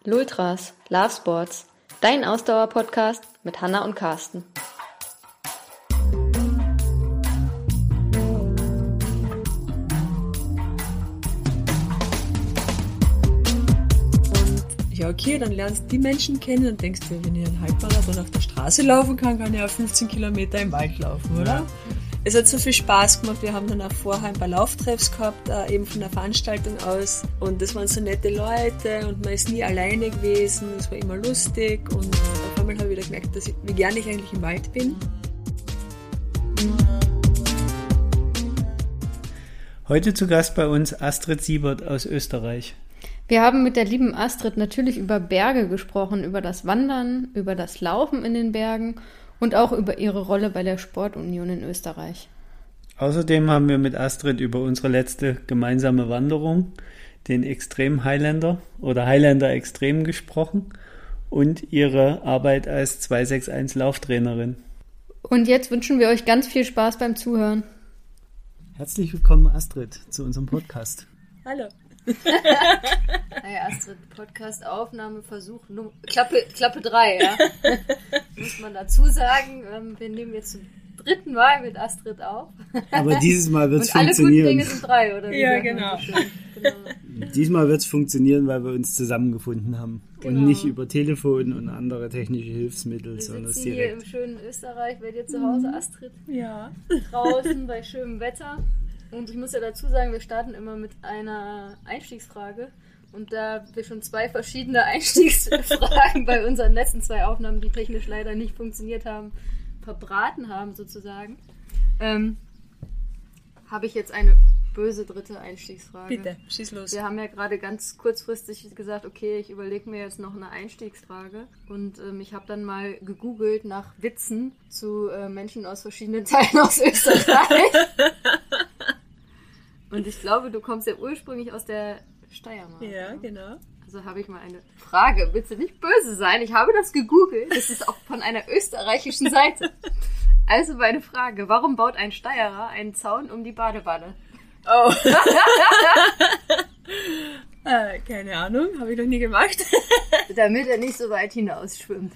Lultras, Love Sports, dein Ausdauer-Podcast mit Hanna und Carsten. Ja, okay, dann lernst du die Menschen kennen und denkst dir, wenn ich einen Halbmarathon auf der Straße laufen kann, kann ich auch 15 Kilometer im Wald laufen, oder? Ja. Es hat so viel Spaß gemacht. Wir haben dann auch vorher ein paar Lauftreffs gehabt, eben von der Veranstaltung aus. Und das waren so nette Leute und man ist nie alleine gewesen. Es war immer lustig und auf einmal habe ich wieder gemerkt, wie gerne ich eigentlich im Wald bin. Heute zu Gast bei uns Astrid Siebert aus Österreich. Wir haben mit der lieben Astrid natürlich über Berge gesprochen, über das Wandern, über das Laufen in den Bergen und auch über ihre Rolle bei der Sportunion in Österreich. Außerdem haben wir mit Astrid über unsere letzte gemeinsame Wanderung, den Extrem Highlander oder Highlander Extrem gesprochen und ihre Arbeit als 261 Lauftrainerin. Und jetzt wünschen wir euch ganz viel Spaß beim Zuhören. Herzlich willkommen, Astrid, zu unserem Podcast. Hallo. Hey Astrid, Podcast-Aufnahmeversuch Klappe 3, ja. Muss man dazu sagen, wir nehmen jetzt zum 3. Mal mit Astrid auf. Aber dieses Mal wird es funktionieren. Alle guten Dinge sind 3, oder? Ja, genau. Diesmal wird es funktionieren, weil wir uns zusammengefunden haben. Genau. Und nicht über Telefon und andere technische Hilfsmittel, wir sondern sitzen direkt. Hier im schönen Österreich, bei dir zu Hause, Astrid. Ja. Draußen bei schönem Wetter. Und ich muss ja dazu sagen, wir starten immer mit einer Einstiegsfrage. Und da wir schon 2 verschiedene Einstiegsfragen bei unseren letzten 2 Aufnahmen, die technisch leider nicht funktioniert haben, verbraten haben sozusagen, habe ich jetzt eine böse 3. Einstiegsfrage. Bitte, schieß los. Wir haben ja gerade ganz kurzfristig gesagt, okay, ich überlege mir jetzt noch eine Einstiegsfrage. Und ich habe dann mal gegoogelt nach Witzen zu Menschen aus verschiedenen Teilen aus Österreich. Und ich glaube, du kommst ja ursprünglich aus der Steiermark. Ja, genau. Also habe ich mal eine Frage. Bitte nicht böse sein. Ich habe das gegoogelt. Das ist auch von einer österreichischen Seite. Also meine Frage. Warum baut ein Steirer einen Zaun um die Badewanne? Oh. Keine Ahnung. Habe ich noch nie gemacht. Damit er nicht so weit hinaus schwimmt.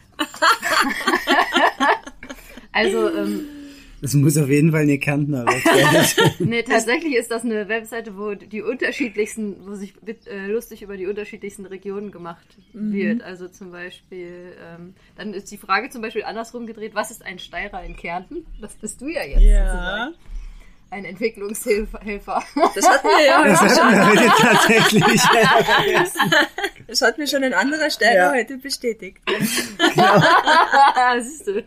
Also, das muss auf jeden Fall eine Kärntner Webseite sein. Nee, tatsächlich ist das eine Webseite, wo sich lustig über die unterschiedlichsten Regionen gemacht wird. Also zum Beispiel, dann ist die Frage zum Beispiel andersrum gedreht, was ist ein Steirer in Kärnten? Das bist du ja jetzt sozusagen. Ein Entwicklungshelfer. Das hatten wir ja das hatten wir heute tatsächlich. Das hat mir schon ein anderer Steirer heute bestätigt. Genau. Siehst du.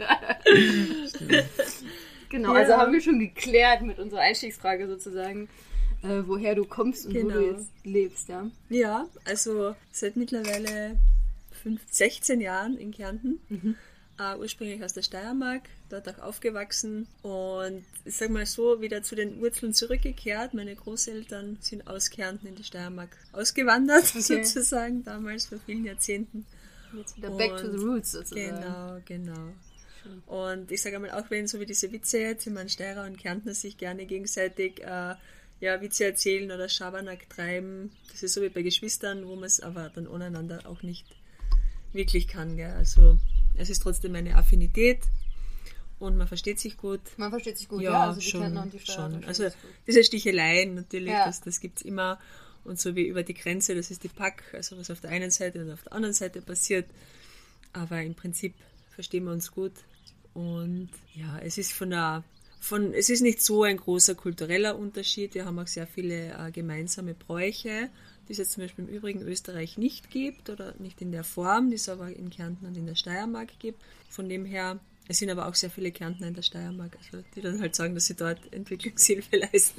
Genau, also haben wir schon geklärt mit unserer Einstiegsfrage sozusagen, woher du kommst und wo du jetzt lebst, ja? Ja, also seit mittlerweile 16 Jahren in Kärnten. Ursprünglich aus der Steiermark, dort auch aufgewachsen und ich sag mal so, wieder zu den Wurzeln zurückgekehrt. Meine Großeltern sind aus Kärnten in die Steiermark ausgewandert, sozusagen, damals vor vielen Jahrzehnten. Jetzt wieder back to the roots sozusagen. Genau. Und ich sage einmal, auch wenn so wie diese Witze jetzt, ich meine, Steirer und Kärntner sich gerne gegenseitig Witze erzählen oder Schabernack treiben, das ist so wie bei Geschwistern, wo man es aber dann untereinander auch nicht wirklich kann, gell? Also es ist trotzdem eine Affinität und man versteht sich gut. Man versteht sich gut, ja, also die schon, Kärntner und die Steirer. Schon. Also diese Sticheleien natürlich, das gibt es immer und so wie über die Grenze, das ist die Pack, also was auf der einen Seite und auf der anderen Seite passiert, aber im Prinzip verstehen wir uns gut und ja, es ist es ist nicht so ein großer kultureller Unterschied, wir haben auch sehr viele gemeinsame Bräuche, die es jetzt zum Beispiel im übrigen Österreich nicht gibt oder nicht in der Form, die es aber in Kärnten und in der Steiermark gibt. Von dem her, es sind aber auch sehr viele Kärntner in der Steiermark, also die dann halt sagen, dass sie dort Entwicklungshilfe leisten.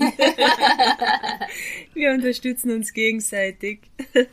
Wir unterstützen uns gegenseitig. Sehr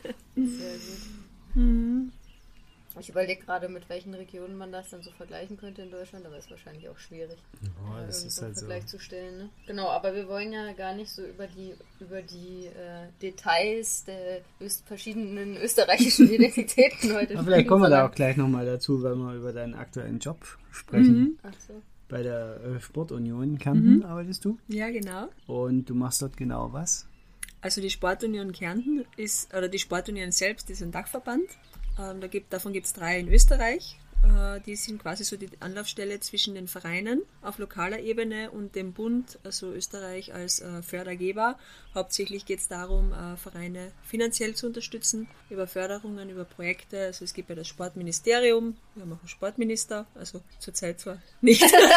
gut. Ich überlege gerade, mit welchen Regionen man das dann so vergleichen könnte in Deutschland, aber ist wahrscheinlich auch schwierig, das ist halt Vergleich zu stellen. Ne? Genau, aber wir wollen ja gar nicht so über die Details der verschiedenen österreichischen Identitäten heute aber vielleicht kommen wir da auch gleich nochmal dazu, wenn wir über deinen aktuellen Job sprechen. Ach so. Bei der Sportunion Kärnten arbeitest du? Ja, genau. Und du machst dort genau was? Also die Sportunion Kärnten die Sportunion selbst ist ein Dachverband Davon gibt es 3 in Österreich. Die sind quasi so die Anlaufstelle zwischen den Vereinen auf lokaler Ebene und dem Bund, also Österreich als Fördergeber. Hauptsächlich geht es darum, Vereine finanziell zu unterstützen, über Förderungen, über Projekte. Also es gibt ja das Sportministerium, wir haben auch einen Sportminister, also zurzeit zwar nicht,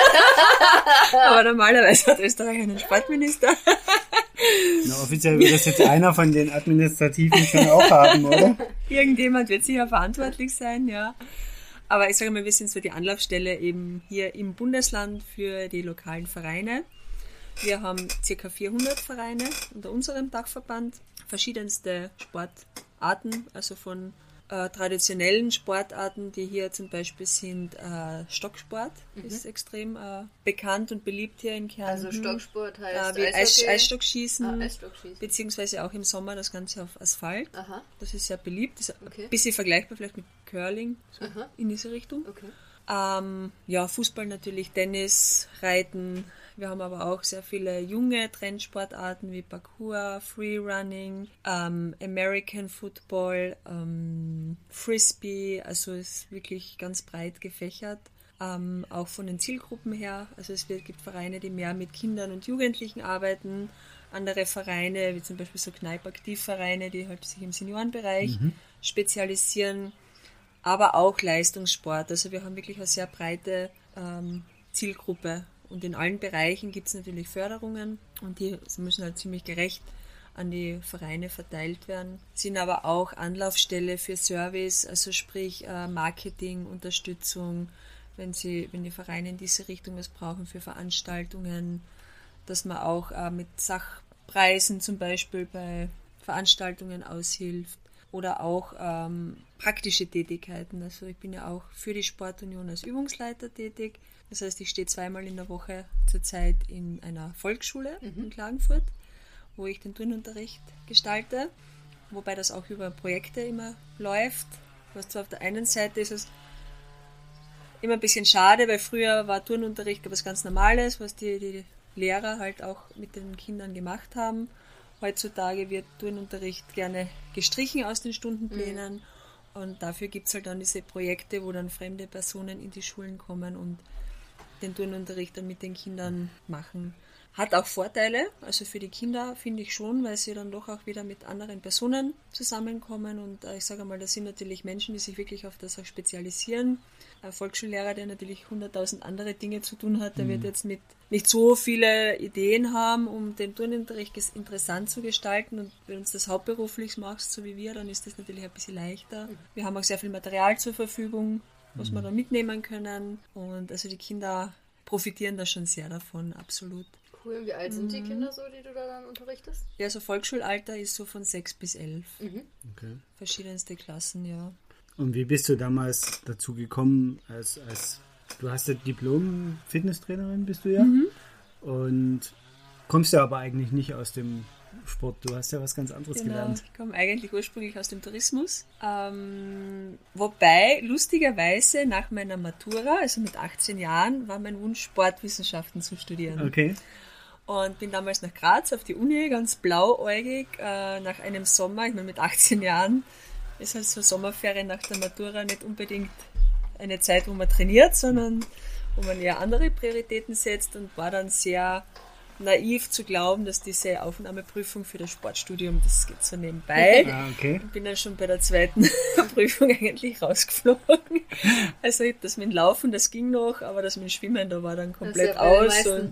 aber normalerweise hat Österreich einen Sportminister. Na, offiziell wird das jetzt einer von den Administrativen schon auch haben, oder? Irgendjemand wird sicher verantwortlich sein, ja. Aber ich sage mal, wir sind so die Anlaufstelle eben hier im Bundesland für die lokalen Vereine. Wir haben ca. 400 Vereine unter unserem Dachverband, verschiedenste Sportarten, also von traditionellen Sportarten, die hier zum Beispiel sind Stocksport, ist extrem bekannt und beliebt hier in Kärnten. Also Stocksport heißt wie Eishockey? Eisstockschießen, Eisstockschießen, beziehungsweise auch im Sommer das Ganze auf Asphalt. Aha. Das ist sehr beliebt, ist Okay. ein bisschen vergleichbar vielleicht mit Curling, so Aha. in diese Richtung. Okay. Ja, Fußball natürlich, Tennis, Reiten. Wir haben aber auch sehr viele junge Trendsportarten wie Parkour, Freerunning, American Football, Frisbee. Also es ist wirklich ganz breit gefächert. Auch von den Zielgruppen her. Also es gibt Vereine, die mehr mit Kindern und Jugendlichen arbeiten. Andere Vereine, wie zum Beispiel so Kneipp-Aktivvereine, die halt sich im Seniorenbereich spezialisieren. Aber auch Leistungssport. Also wir haben wirklich eine sehr breite Zielgruppe. Und in allen Bereichen gibt es natürlich Förderungen und die müssen halt ziemlich gerecht an die Vereine verteilt werden. Sind aber auch Anlaufstelle für Service, also sprich Marketing, Unterstützung, wenn die Vereine in diese Richtung was brauchen für Veranstaltungen, dass man auch mit Sachpreisen zum Beispiel bei Veranstaltungen aushilft. Oder auch praktische Tätigkeiten. Also ich bin ja auch für die Sportunion als Übungsleiter tätig. Das heißt, ich stehe 2-mal in der Woche zurzeit in einer Volksschule in Klagenfurt, wo ich den Turnunterricht gestalte. Wobei das auch über Projekte immer läuft. Was zwar auf der einen Seite ist es immer ein bisschen schade, weil früher war Turnunterricht etwas ganz Normales, was die Lehrer halt auch mit den Kindern gemacht haben. Heutzutage wird Turnunterricht gerne gestrichen aus den Stundenplänen und dafür gibt es halt dann diese Projekte, wo dann fremde Personen in die Schulen kommen und den Turnunterricht dann mit den Kindern machen. Hat auch Vorteile, also für die Kinder finde ich schon, weil sie dann doch auch wieder mit anderen Personen zusammenkommen und ich sage mal, das sind natürlich Menschen, die sich wirklich auf das auch spezialisieren. Ein Volksschullehrer, der natürlich 100.000 andere Dinge zu tun hat, der wird jetzt nicht so viele Ideen haben, um den Turnunterricht interessant zu gestalten und wenn du das hauptberuflich machst, so wie wir, dann ist das natürlich ein bisschen leichter. Wir haben auch sehr viel Material zur Verfügung, was wir da mitnehmen können und also die Kinder profitieren da schon sehr davon, absolut. Cool, und wie alt sind die Kinder so, die du da dann unterrichtest? Ja, so Volksschulalter ist so von 6 bis 11. Okay. Verschiedenste Klassen, ja. Und wie bist du damals dazu gekommen, du hast ja Diplom-Fitnesstrainerin, bist du ja, und kommst ja aber eigentlich nicht aus dem Sport, du hast ja was ganz anderes gelernt. Ich komme eigentlich ursprünglich aus dem Tourismus, wobei lustigerweise nach meiner Matura, also mit 18 Jahren, war mein Wunsch, Sportwissenschaften zu studieren. Okay. Und bin damals nach Graz auf die Uni, ganz blauäugig, nach einem Sommer, ich meine mit 18 Jahren, ist halt so Sommerferien nach der Matura nicht unbedingt eine Zeit, wo man trainiert, sondern wo man eher andere Prioritäten setzt und war dann sehr naiv zu glauben, dass diese Aufnahmeprüfung für das Sportstudium, das geht so nebenbei. Okay. Ich bin dann schon bei der zweiten Prüfung eigentlich rausgeflogen. Also das mit dem Laufen, das ging noch, aber das mit dem Schwimmen, da war dann komplett aus. Und,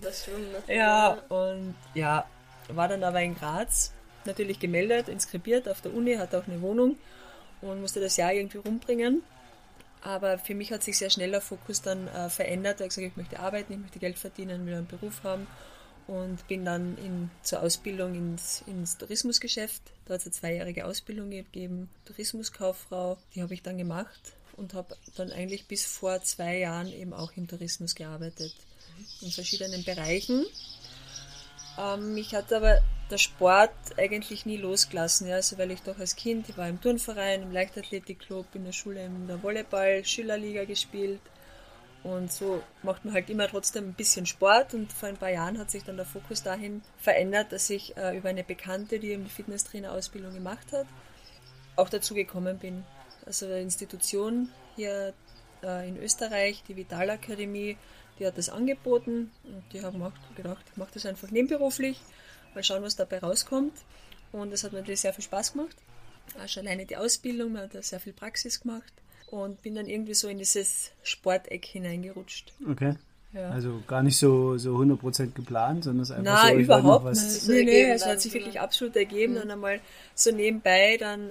war dann aber in Graz, natürlich gemeldet, inskribiert auf der Uni, hatte auch eine Wohnung und musste das Jahr irgendwie rumbringen. Aber für mich hat sich sehr schnell der Fokus dann verändert. Ich habe gesagt, ich möchte arbeiten, ich möchte Geld verdienen, will einen Beruf haben. Und bin dann zur Ausbildung ins Tourismusgeschäft. Da hat es eine 2-jährige Ausbildung gegeben, Tourismuskauffrau. Die habe ich dann gemacht und habe dann eigentlich bis vor 2 Jahren eben auch im Tourismus gearbeitet, in verschiedenen Bereichen. Mich hat aber der Sport eigentlich nie losgelassen, ja, also weil ich doch als Kind, ich war im Turnverein, im Leichtathletikclub, in der Schule in der Volleyball-Schülerliga gespielt. Und so macht man halt immer trotzdem ein bisschen Sport und vor ein paar Jahren hat sich dann der Fokus dahin verändert, dass ich über eine Bekannte, die eben die Fitnesstrainer-Ausbildung gemacht hat, auch dazu gekommen bin, also eine Institution hier in Österreich, die Vitalakademie, die hat das angeboten und die haben auch gedacht, ich mache das einfach nebenberuflich, mal schauen, was dabei rauskommt. Und das hat mir natürlich sehr viel Spaß gemacht. Auch schon alleine die Ausbildung, man hat da sehr viel Praxis gemacht und bin dann irgendwie so in dieses Sporteck hineingerutscht. Okay. Ja. Also gar nicht so 100% geplant, sondern es ist einfach Nein, so, überhaupt was... nicht. so Nee, ergeben es dann, hat sich oder? wirklich absolut ergeben. Dann einmal so nebenbei dann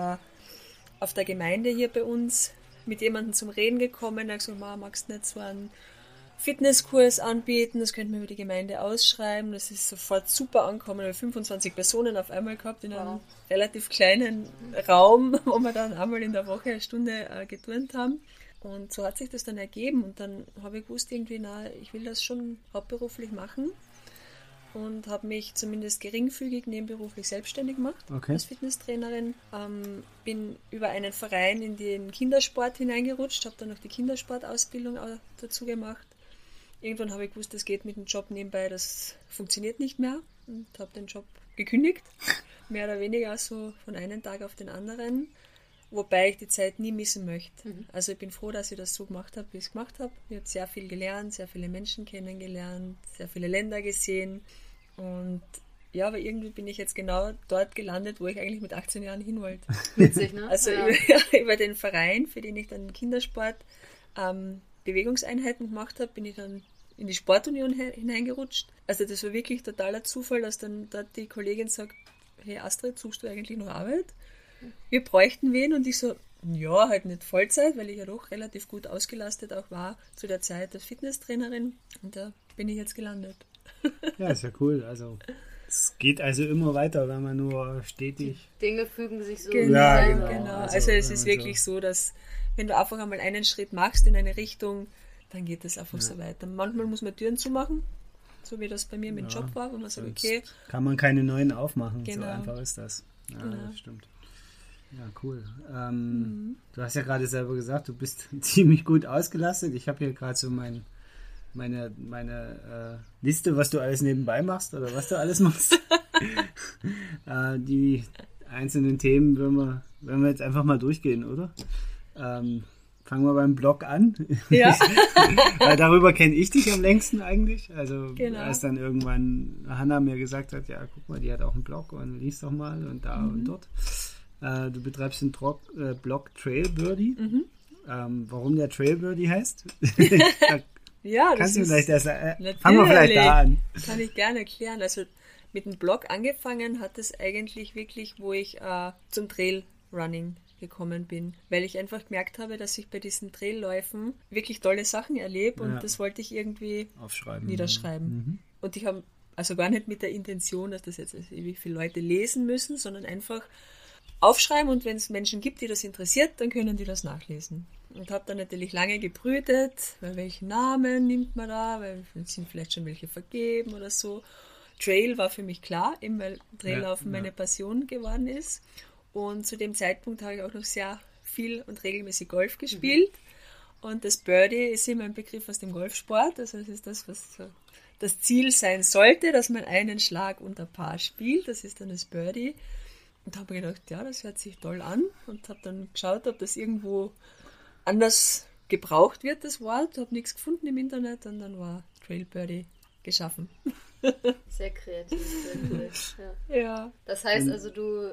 auf der Gemeinde hier bei uns mit jemandem zum Reden gekommen. Er hat gesagt, magst du nicht so einen Fitnesskurs anbieten? Das könnten wir über die Gemeinde ausschreiben. Das ist sofort super angekommen. Wir haben 25 Personen auf einmal gehabt in einem relativ kleinen Raum, wo wir dann einmal in der Woche eine Stunde geturnt haben. Und so hat sich das dann ergeben und dann habe ich gewusst irgendwie, ich will das schon hauptberuflich machen und habe mich zumindest geringfügig nebenberuflich selbstständig gemacht als Fitnesstrainerin. Bin über einen Verein in den Kindersport hineingerutscht, habe dann noch die Kindersportausbildung auch dazu gemacht. Irgendwann habe ich gewusst, das geht mit dem Job nebenbei, das funktioniert nicht mehr und habe den Job gekündigt, mehr oder weniger so von einem Tag auf den anderen. Wobei ich die Zeit nie missen möchte. Also ich bin froh, dass ich das so gemacht habe, wie ich es gemacht habe. Ich habe sehr viel gelernt, sehr viele Menschen kennengelernt, sehr viele Länder gesehen. Und ja, aber irgendwie bin ich jetzt genau dort gelandet, wo ich eigentlich mit 18 Jahren hin wollte. Witzig, ne? Also über den Verein, für den ich dann Kindersport Bewegungseinheiten gemacht habe, bin ich dann in die Sportunion hineingerutscht. Also das war wirklich totaler Zufall, dass dann dort die Kollegin sagt, hey Astrid, suchst du eigentlich noch Arbeit? Wir bräuchten wen und ich so, ja, halt nicht Vollzeit, weil ich ja doch relativ gut ausgelastet auch war zu der Zeit als Fitnesstrainerin und da bin ich jetzt gelandet. Ja, ist ja cool. Also es geht also immer weiter, wenn man nur stetig... Dinge fügen sich so Genau, Ja, zusammen. genau. Also es ist wirklich so, dass wenn du einfach einmal einen Schritt machst in eine Richtung, dann geht es einfach so weiter. Manchmal muss man Türen zumachen, so wie das bei mir mit dem Job war, wo man sagt, okay. Kann man keine neuen aufmachen, Genau. so einfach ist das. Ja, Genau. das stimmt. Ja, cool. Du hast ja gerade selber gesagt, du bist ziemlich gut ausgelastet. Ich habe hier gerade so meine Liste, was du alles nebenbei machst oder was du alles machst. Die einzelnen Themen werden wir jetzt einfach mal durchgehen, oder? Fangen wir beim Blog an. Ja. Weil darüber kenne ich dich am längsten eigentlich. Also Genau. als dann irgendwann Hannah mir gesagt hat, ja, guck mal, die hat auch einen Blog und lies doch mal und da und dort. Du betreibst den Blog Trailbirdie. Warum der Trailbirdie heißt? Ja, das Kannst du ist vielleicht erst, fangen wir vielleicht da an. Kann ich gerne erklären. Also mit dem Blog angefangen hat es eigentlich wirklich, wo ich zum Trailrunning gekommen bin, weil ich einfach gemerkt habe, dass ich bei diesen Trailläufen wirklich tolle Sachen erlebe und das wollte ich irgendwie niederschreiben. Und ich habe also gar nicht mit der Intention, dass das jetzt ewig viele Leute lesen müssen, sondern einfach aufschreiben und wenn es Menschen gibt, die das interessiert, dann können die das nachlesen. Und habe dann natürlich lange gebrütet, weil welchen Namen nimmt man da, weil sind vielleicht schon welche vergeben oder so. Trail war für mich klar, eben weil Traillaufen meine Passion geworden ist. Und zu dem Zeitpunkt habe ich auch noch sehr viel und regelmäßig Golf gespielt. Und das Birdie ist immer ein Begriff aus dem Golfsport. Also das ist das, was so das Ziel sein sollte, dass man einen Schlag unter Paar spielt. Das ist dann das Birdie. Und habe mir gedacht, ja, das hört sich toll an. Und habe dann geschaut, ob das irgendwo anders gebraucht wird, das Wort. Habe nichts gefunden im Internet und dann war Trail Birdie geschaffen. Sehr kreativ, sehr cool. Ja. Ja. Das heißt also,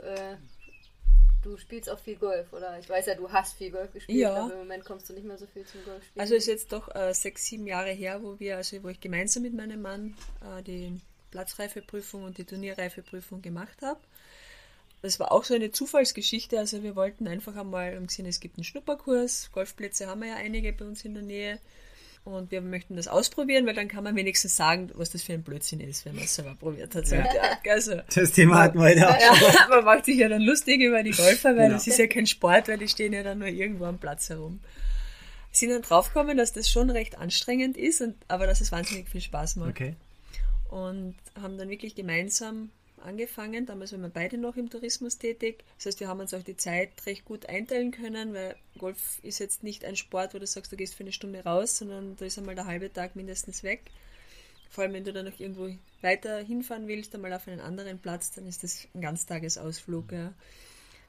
du spielst auch viel Golf, oder? Ich weiß ja, du hast viel Golf gespielt, Ja. aber im Moment kommst du nicht mehr so viel zum Golfspielen. Also ist jetzt doch 6-7 Jahre her, wo ich gemeinsam mit meinem Mann die Platzreifeprüfung und die Turnierreifeprüfung gemacht habe. Das war auch so eine Zufallsgeschichte, also wir wollten einfach einmal, haben gesehen, es gibt einen Schnupperkurs, Golfplätze haben wir ja einige bei uns in der Nähe und wir möchten das ausprobieren, weil dann kann man wenigstens sagen, was das für ein Blödsinn ist, wenn man es selber probiert hat. Ja. Also, Das Thema hatten wir heute auch. ja, man macht sich ja dann lustig über die Golfer, weil das ist ja kein Sport, weil die stehen ja dann nur irgendwo am Platz herum. Sind dann draufgekommen, dass das schon recht anstrengend ist, aber dass es wahnsinnig viel Spaß macht. Okay. Und haben dann wirklich gemeinsam angefangen. Damals waren wir beide noch im Tourismus tätig. Das heißt, wir haben uns auch die Zeit recht gut einteilen können, weil Golf ist jetzt nicht ein Sport, wo du sagst, du gehst für eine Stunde raus, sondern da ist einmal der halbe Tag mindestens weg. Vor allem, wenn du dann noch irgendwo weiter hinfahren willst, einmal auf einen anderen Platz, dann ist das ein Ganztagesausflug. Ja.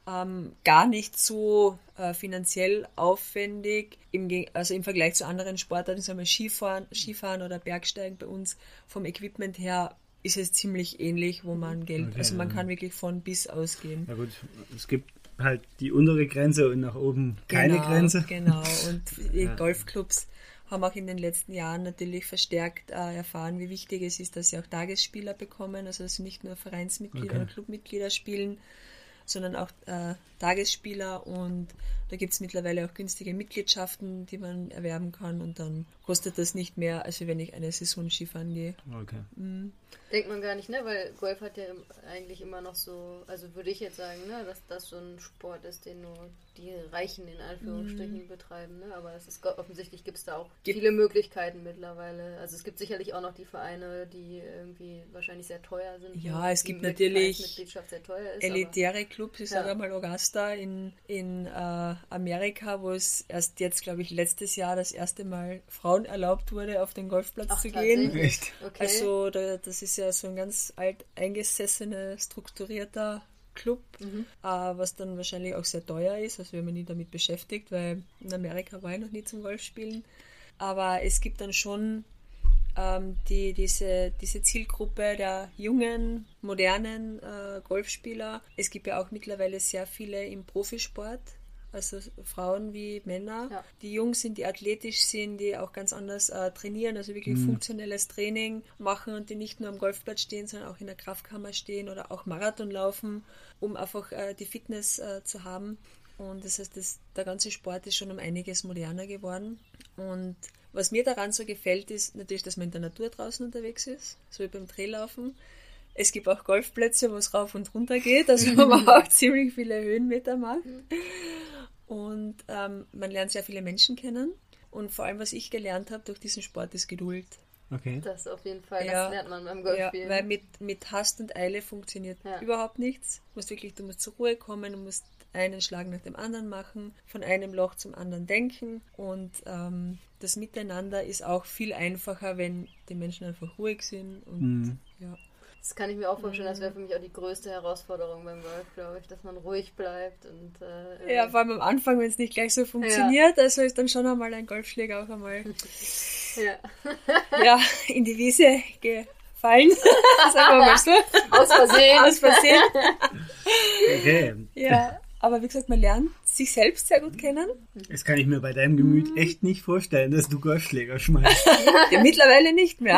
gar nicht so finanziell aufwendig, also im Vergleich zu anderen Sportarten, sagen wir Skifahren oder Bergsteigen bei uns vom Equipment her ist es ziemlich ähnlich, wo man Geld, also man kann wirklich von bis ausgehen. Ja gut, es gibt halt die untere Grenze und nach oben keine Grenze. Genau, und die Golfclubs haben auch in den letzten Jahren natürlich verstärkt erfahren, wie wichtig es ist, dass sie auch Tagesspieler bekommen, also dass sie nicht nur Vereinsmitglieder oder Clubmitglieder spielen, sondern auch Tagesspieler, und da gibt es mittlerweile auch günstige Mitgliedschaften, die man erwerben kann, und dann kostet das nicht mehr, als wenn ich eine Saison Skifahren gehe. Okay. Denkt man gar nicht, ne? Weil Golf hat ja eigentlich immer noch so, also würde ich jetzt sagen, ne, dass das so ein Sport ist, den nur die Reichen in Anführungsstrichen betreiben, ne? Aber es ist offensichtlich gibt es da auch viele Möglichkeiten mittlerweile. Also es gibt sicherlich auch noch die Vereine, die irgendwie wahrscheinlich sehr teuer sind. Ja, es gibt natürlich Mitgliedschaft sehr teuer ist, elitäre Clubs, ich sage mal Augusta in Amerika, wo es erst jetzt, glaube ich, letztes Jahr das erste Mal Frauen erlaubt wurde, auf den Golfplatz zu gehen. Echt? Okay. Also das ist ja so ein ganz alt eingesessener, strukturierter Club, was dann wahrscheinlich auch sehr teuer ist, also wenn man nie damit beschäftigt, weil in Amerika war ich noch nie zum Golfspielen. Aber es gibt dann schon diese Zielgruppe der jungen, modernen Golfspieler. Es gibt ja auch mittlerweile sehr viele im Profisport, also Frauen wie Männer, die jung sind, die athletisch sind, die auch ganz anders trainieren, also wirklich funktionelles Training machen und die nicht nur am Golfplatz stehen, sondern auch in der Kraftkammer stehen oder auch Marathon laufen, um einfach die Fitness zu haben. Und das heißt, der ganze Sport ist schon um einiges moderner geworden. Und was mir daran so gefällt, ist natürlich, dass man in der Natur draußen unterwegs ist, so wie beim Traillaufen. Es gibt auch Golfplätze, wo es rauf und runter geht, also wo man auch ziemlich viele Höhenmeter macht. Und man lernt sehr viele Menschen kennen. Und vor allem, was ich gelernt habe durch diesen Sport, ist Geduld. Okay. Das auf jeden Fall, das lernt man beim Golfspielen. Ja, weil mit Hast und Eile funktioniert überhaupt nichts. Du musst zur Ruhe kommen, du musst einen Schlag nach dem anderen machen, von einem Loch zum anderen denken, und das Miteinander ist auch viel einfacher, wenn die Menschen einfach ruhig sind. Und das kann ich mir auch vorstellen, das wäre für mich auch die größte Herausforderung beim Golf, glaube ich, dass man ruhig bleibt. Und, vor allem am Anfang, wenn es nicht gleich so funktioniert, also ist dann schon einmal ein Golfschläger auch einmal in die Wiese gefallen. Sagen wir mal so. Aus Versehen. Okay. Ja, aber wie gesagt, man lernt sich selbst sehr gut kennen. Das kann ich mir bei deinem Gemüt echt nicht vorstellen, dass du Golfschläger schmeißt. Ja, mittlerweile nicht mehr.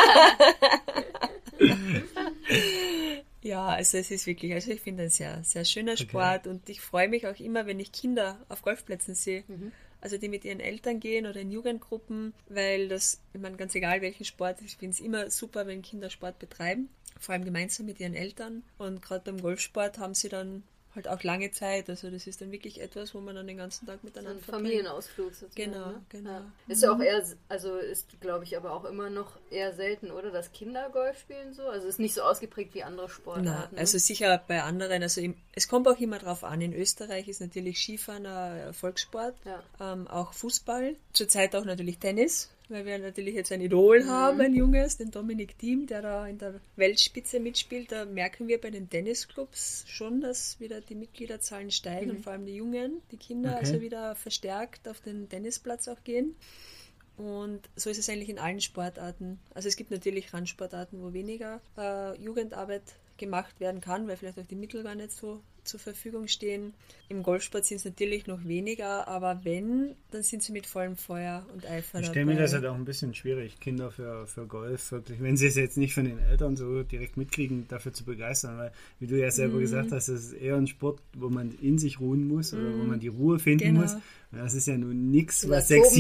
Ja, also es ist wirklich, also ich finde ein sehr, sehr schöner Sport, und ich freue mich auch immer, wenn ich Kinder auf Golfplätzen sehe. Also die mit ihren Eltern gehen oder in Jugendgruppen, weil das, ich meine, ganz egal welchen Sport, ich finde es immer super, wenn Kinder Sport betreiben, vor allem gemeinsam mit ihren Eltern, und gerade beim Golfsport haben sie dann halt auch lange Zeit, also das ist dann wirklich etwas, wo man dann den ganzen Tag miteinander verbringt. Familienausflug sozusagen. Genau. Ja. Ist ja auch eher, also ist, glaube ich, aber auch immer noch eher selten, oder, dass Kinder Golf spielen so? Also ist nicht so ausgeprägt wie andere Sportarten. Na, also sicher bei anderen, also es kommt auch immer drauf an. In Österreich ist natürlich Skifahren ein Volkssport, auch Fußball, zurzeit auch natürlich Tennis, weil wir natürlich jetzt ein Idol haben, ein junges, den Dominic Thiem, der da in der Weltspitze mitspielt. Da merken wir bei den Tennisclubs schon, dass wieder die Mitgliederzahlen steigen und vor allem die Jungen, die Kinder also wieder verstärkt auf den Tennisplatz auch gehen. Und so ist es eigentlich in allen Sportarten. Also es gibt natürlich Randsportarten, wo weniger Jugendarbeit gemacht werden kann, weil vielleicht auch die Mittel gar nicht so zur Verfügung stehen. Im Golfsport sind es natürlich noch weniger, aber wenn, dann sind sie mit vollem Feuer und Eifer dabei. Ich stelle mir das halt auch ein bisschen schwierig, Kinder für Golf wirklich, wenn sie es jetzt nicht von den Eltern so direkt mitkriegen, dafür zu begeistern, weil, wie du ja selber gesagt hast, das ist eher ein Sport, wo man in sich ruhen muss oder wo man die Ruhe finden muss. Und das ist ja nun nichts, was 6,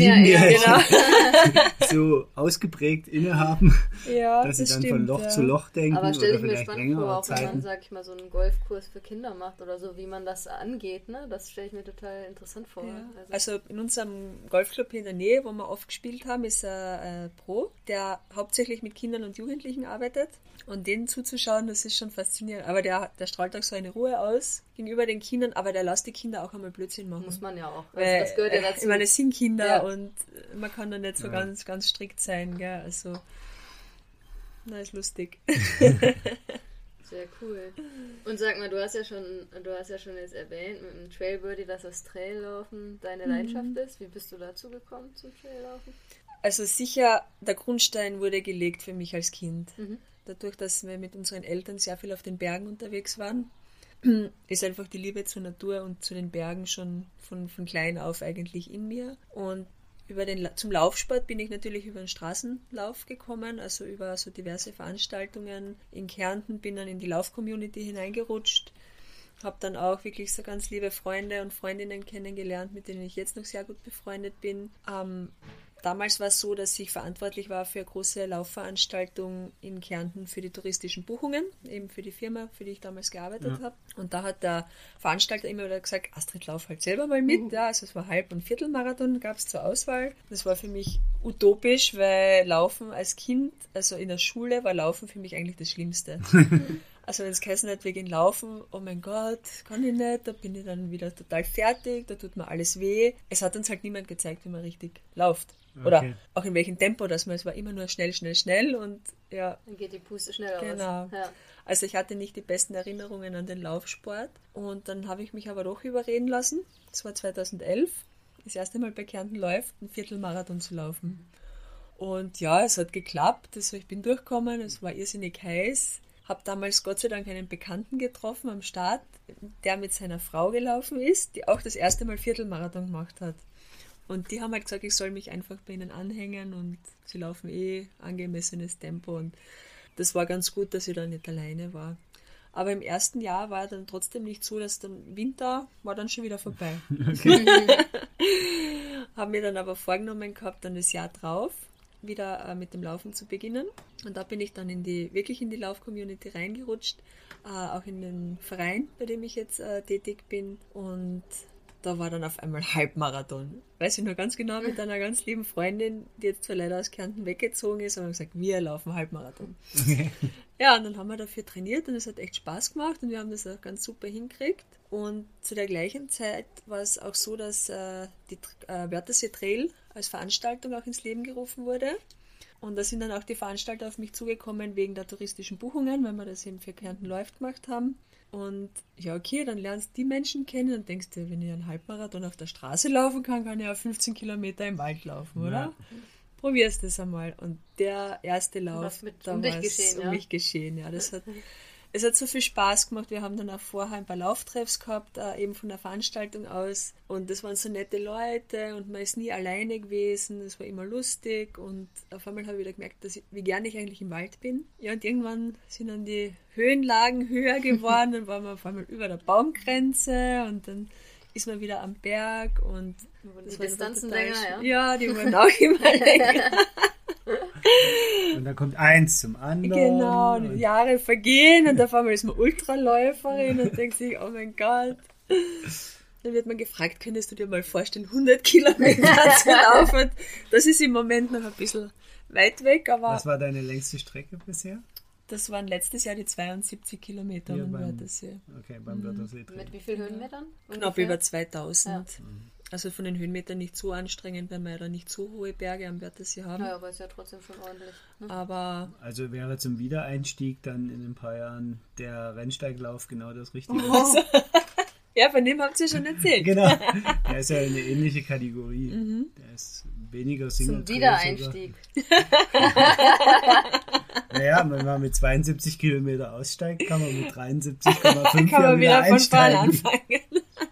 7 so ausgeprägt innehaben, dass sie dann von Loch zu Loch denken. Aber stelle ich oder mir vielleicht spannend vor, auch Zeiten. wenn man, sag ich mal, so einen Golfkurs für Kinder macht oder so, wie man das angeht, ne? Das stelle ich mir total interessant vor. Ja. Also in unserem Golfclub in der Nähe, wo wir oft gespielt haben, ist ein Pro, der hauptsächlich mit Kindern und Jugendlichen arbeitet. Und denen zuzuschauen, das ist schon faszinierend. Aber der strahlt auch so eine Ruhe aus gegenüber den Kindern, aber der lässt die Kinder auch einmal Blödsinn machen. Muss man ja auch. Weil, das gehört ja dazu. Ich meine, es sind Kinder und man kann da nicht so ganz, ganz strikt sein, gell? Also, ist lustig. Sehr cool. Und sag mal, du hast ja schon jetzt erwähnt mit dem Trailbirdie, dass das Traillaufen deine Leidenschaft ist. Wie bist du dazu gekommen zum Traillaufen? Also sicher, der Grundstein wurde gelegt für mich als Kind. Dadurch, dass wir mit unseren Eltern sehr viel auf den Bergen unterwegs waren, ist einfach die Liebe zur Natur und zu den Bergen schon von klein auf eigentlich in mir. Und zum Laufsport bin ich natürlich über den Straßenlauf gekommen, also über so diverse Veranstaltungen in Kärnten, bin dann in die Lauf-Community hineingerutscht, habe dann auch wirklich so ganz liebe Freunde und Freundinnen kennengelernt, mit denen ich jetzt noch sehr gut befreundet bin. Damals war es so, dass ich verantwortlich war für eine große Laufveranstaltung in Kärnten für die touristischen Buchungen, eben für die Firma, für die ich damals gearbeitet habe. Und da hat der Veranstalter immer wieder gesagt, Astrid, lauf halt selber mal mit. Ja, also es war Halb- und Viertelmarathon, gab es zur Auswahl. Das war für mich utopisch, weil Laufen als Kind, also in der Schule, war Laufen für mich eigentlich das Schlimmste. Also wenn es geheißen hat, wir gehen laufen, oh mein Gott, kann ich nicht, da bin ich dann wieder total fertig, da tut mir alles weh. Es hat uns halt niemand gezeigt, wie man richtig läuft. Oder auch in welchem Tempo, es war immer nur schnell, schnell, schnell und ja. Dann geht die Puste schnell aus. Genau. Ja. Also ich hatte nicht die besten Erinnerungen an den Laufsport und dann habe ich mich aber doch überreden lassen, das war 2011, das erste Mal bei Kärnten läuft, einen Viertelmarathon zu laufen. Und ja, es hat geklappt, also ich bin durchgekommen, es war irrsinnig heiß. Habe damals Gott sei Dank einen Bekannten getroffen am Start, der mit seiner Frau gelaufen ist, die auch das erste Mal Viertelmarathon gemacht hat. Und die haben halt gesagt, ich soll mich einfach bei ihnen anhängen und sie laufen angemessenes Tempo. Und das war ganz gut, dass ich da nicht alleine war. Aber im ersten Jahr war dann trotzdem nicht so, dass dann Winter war dann schon wieder vorbei. Haben mir dann aber vorgenommen gehabt, dann das Jahr drauf wieder mit dem Laufen zu beginnen. Und da bin ich dann wirklich in die Lauf-Community reingerutscht, auch in den Verein, bei dem ich jetzt tätig bin. Und da war dann auf einmal Halbmarathon. Weiß ich noch ganz genau, mit einer ganz lieben Freundin, die jetzt zwar leider aus Kärnten weggezogen ist, haben wir gesagt, wir laufen Halbmarathon. Ja, und dann haben wir dafür trainiert und es hat echt Spaß gemacht und wir haben das auch ganz super hingekriegt. Und zu der gleichen Zeit war es auch so, dass die Wörthersee Trail als Veranstaltung auch ins Leben gerufen wurde. Und da sind dann auch die Veranstalter auf mich zugekommen wegen der touristischen Buchungen, weil wir das eben für Kärnten läuft gemacht haben. Und ja, okay, dann lernst du die Menschen kennen und denkst dir, wenn ich einen Halbmarathon auf der Straße laufen kann, kann ich auch 15 Kilometer im Wald laufen, oder? Ja. Probierst das einmal. Und der erste Lauf, um mich geschehen. Ja, es hat so viel Spaß gemacht. Wir haben dann auch vorher ein paar Lauftreffs gehabt, eben von der Veranstaltung aus. Und das waren so nette Leute und man ist nie alleine gewesen. Es war immer lustig und auf einmal habe ich wieder gemerkt, wie gern ich eigentlich im Wald bin. Ja, und irgendwann sind dann die Höhenlagen höher geworden. Dann waren wir auf einmal über der Baumgrenze und dann ist man wieder am Berg und die Distanzen länger, ja? Ja, die wurden auch immer länger. Und dann kommt eins zum anderen. Genau, die Jahre vergehen und auf einmal ist man Ultraläuferin und denkt sich, oh mein Gott. Dann wird man gefragt, könntest du dir mal vorstellen, 100 Kilometer zu laufen? Das ist im Moment noch ein bisschen weit weg, aber... Was war deine längste Strecke bisher? Das waren letztes Jahr die 72 Kilometer am Wörthersee. Okay, beim Wörthersee. Mit wie vielen Höhenmetern? Knapp über 2000. Ja. Also von den Höhenmetern nicht so anstrengend, weil wir ja da nicht so hohe Berge am Wörthersee haben. Ja, aber ist ja trotzdem schon ordentlich. Ne? Aber also wäre zum Wiedereinstieg dann in ein paar Jahren der Rennsteiglauf genau das Richtige. Ja, von dem habt ihr schon erzählt. Genau, der ist ja eine ähnliche Kategorie. Der ist weniger Single. Zum Wiedereinstieg. Naja, wenn man mit 72 Kilometer aussteigt, kann man mit 73,5 kann man wieder von vorne einsteigen. anfangen.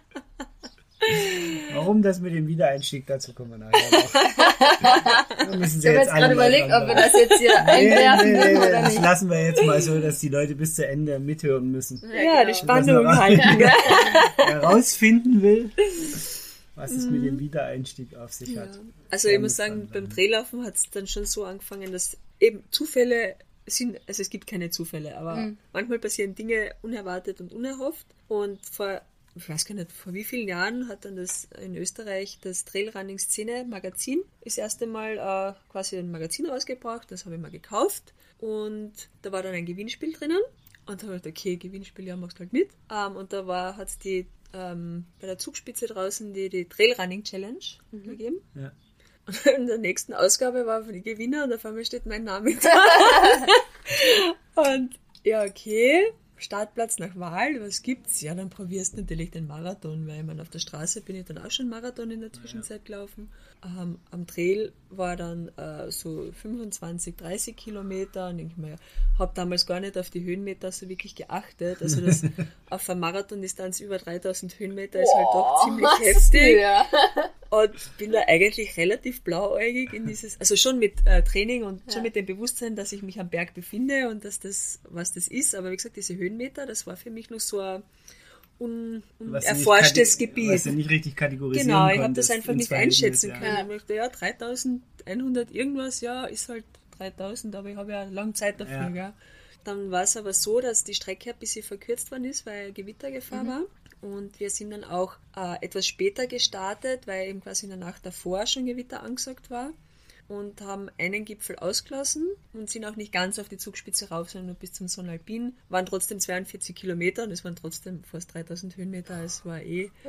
Warum das mit dem Wiedereinstieg, dazu kommen wir nachher noch. Wir müssen ich habe jetzt gerade überlegt, ob wir das jetzt hier einwerfen nee, oder das nicht. lassen wir jetzt mal so, dass die Leute bis zu Ende mithören müssen. Ja, die Spannung halten. Herausfinden will, was es mit dem Wiedereinstieg auf sich hat. Also ich muss sagen, beim Drehlaufen hat es dann schon so angefangen, dass eben Zufälle sind, also es gibt keine Zufälle, aber manchmal passieren Dinge unerwartet und unerhofft. Und ich weiß gar nicht, vor wie vielen Jahren hat dann das in Österreich das Trailrunning-Szene-Magazin das erste Mal quasi ein Magazin rausgebracht. Das habe ich mal gekauft und da war dann ein Gewinnspiel drinnen und da habe ich gedacht, okay, Gewinnspiel, ja, machst du halt mit. Und da hat es bei der Zugspitze draußen die Trailrunning-Challenge gegeben. Ja. Und in der nächsten Ausgabe war für die Gewinner und auf einmal steht mein Name da. Und ja, okay. Startplatz nach Wahl, was gibt's? Ja, dann probierst du natürlich den Marathon, weil auf der Straße bin ich dann auch schon Marathon in der Zwischenzeit gelaufen. Am Trail war dann so 25, 30 Kilometer und ich habe damals gar nicht auf die Höhenmeter so wirklich geachtet. Also das auf einer Marathondistanz über 3000 Höhenmeter ist halt doch ziemlich heftig. Ja. Und bin da eigentlich relativ blauäugig in dieses, also schon mit Training und schon mit dem Bewusstsein, dass ich mich am Berg befinde und dass das, was das ist. Aber wie gesagt, diese Höhenmeter, das war für mich noch so ein unerforschtes Gebiet. Was du nicht richtig kategorisieren Genau, ich habe das einfach nicht einschätzen können. Ich dachte, ja, 3100 irgendwas, ja, ist halt 3000, aber ich habe ja lange Zeit dafür. Ja. Dann war es aber so, dass die Strecke ein bisschen verkürzt worden ist, weil Gewittergefahr war. Und wir sind dann auch etwas später gestartet, weil eben quasi in der Nacht davor schon Gewitter angesagt war. Und haben einen Gipfel ausgelassen und sind auch nicht ganz auf die Zugspitze rauf, sondern nur bis zum Sonnalpin. Waren trotzdem 42 Kilometer und es waren trotzdem fast 3000 Höhenmeter. Es war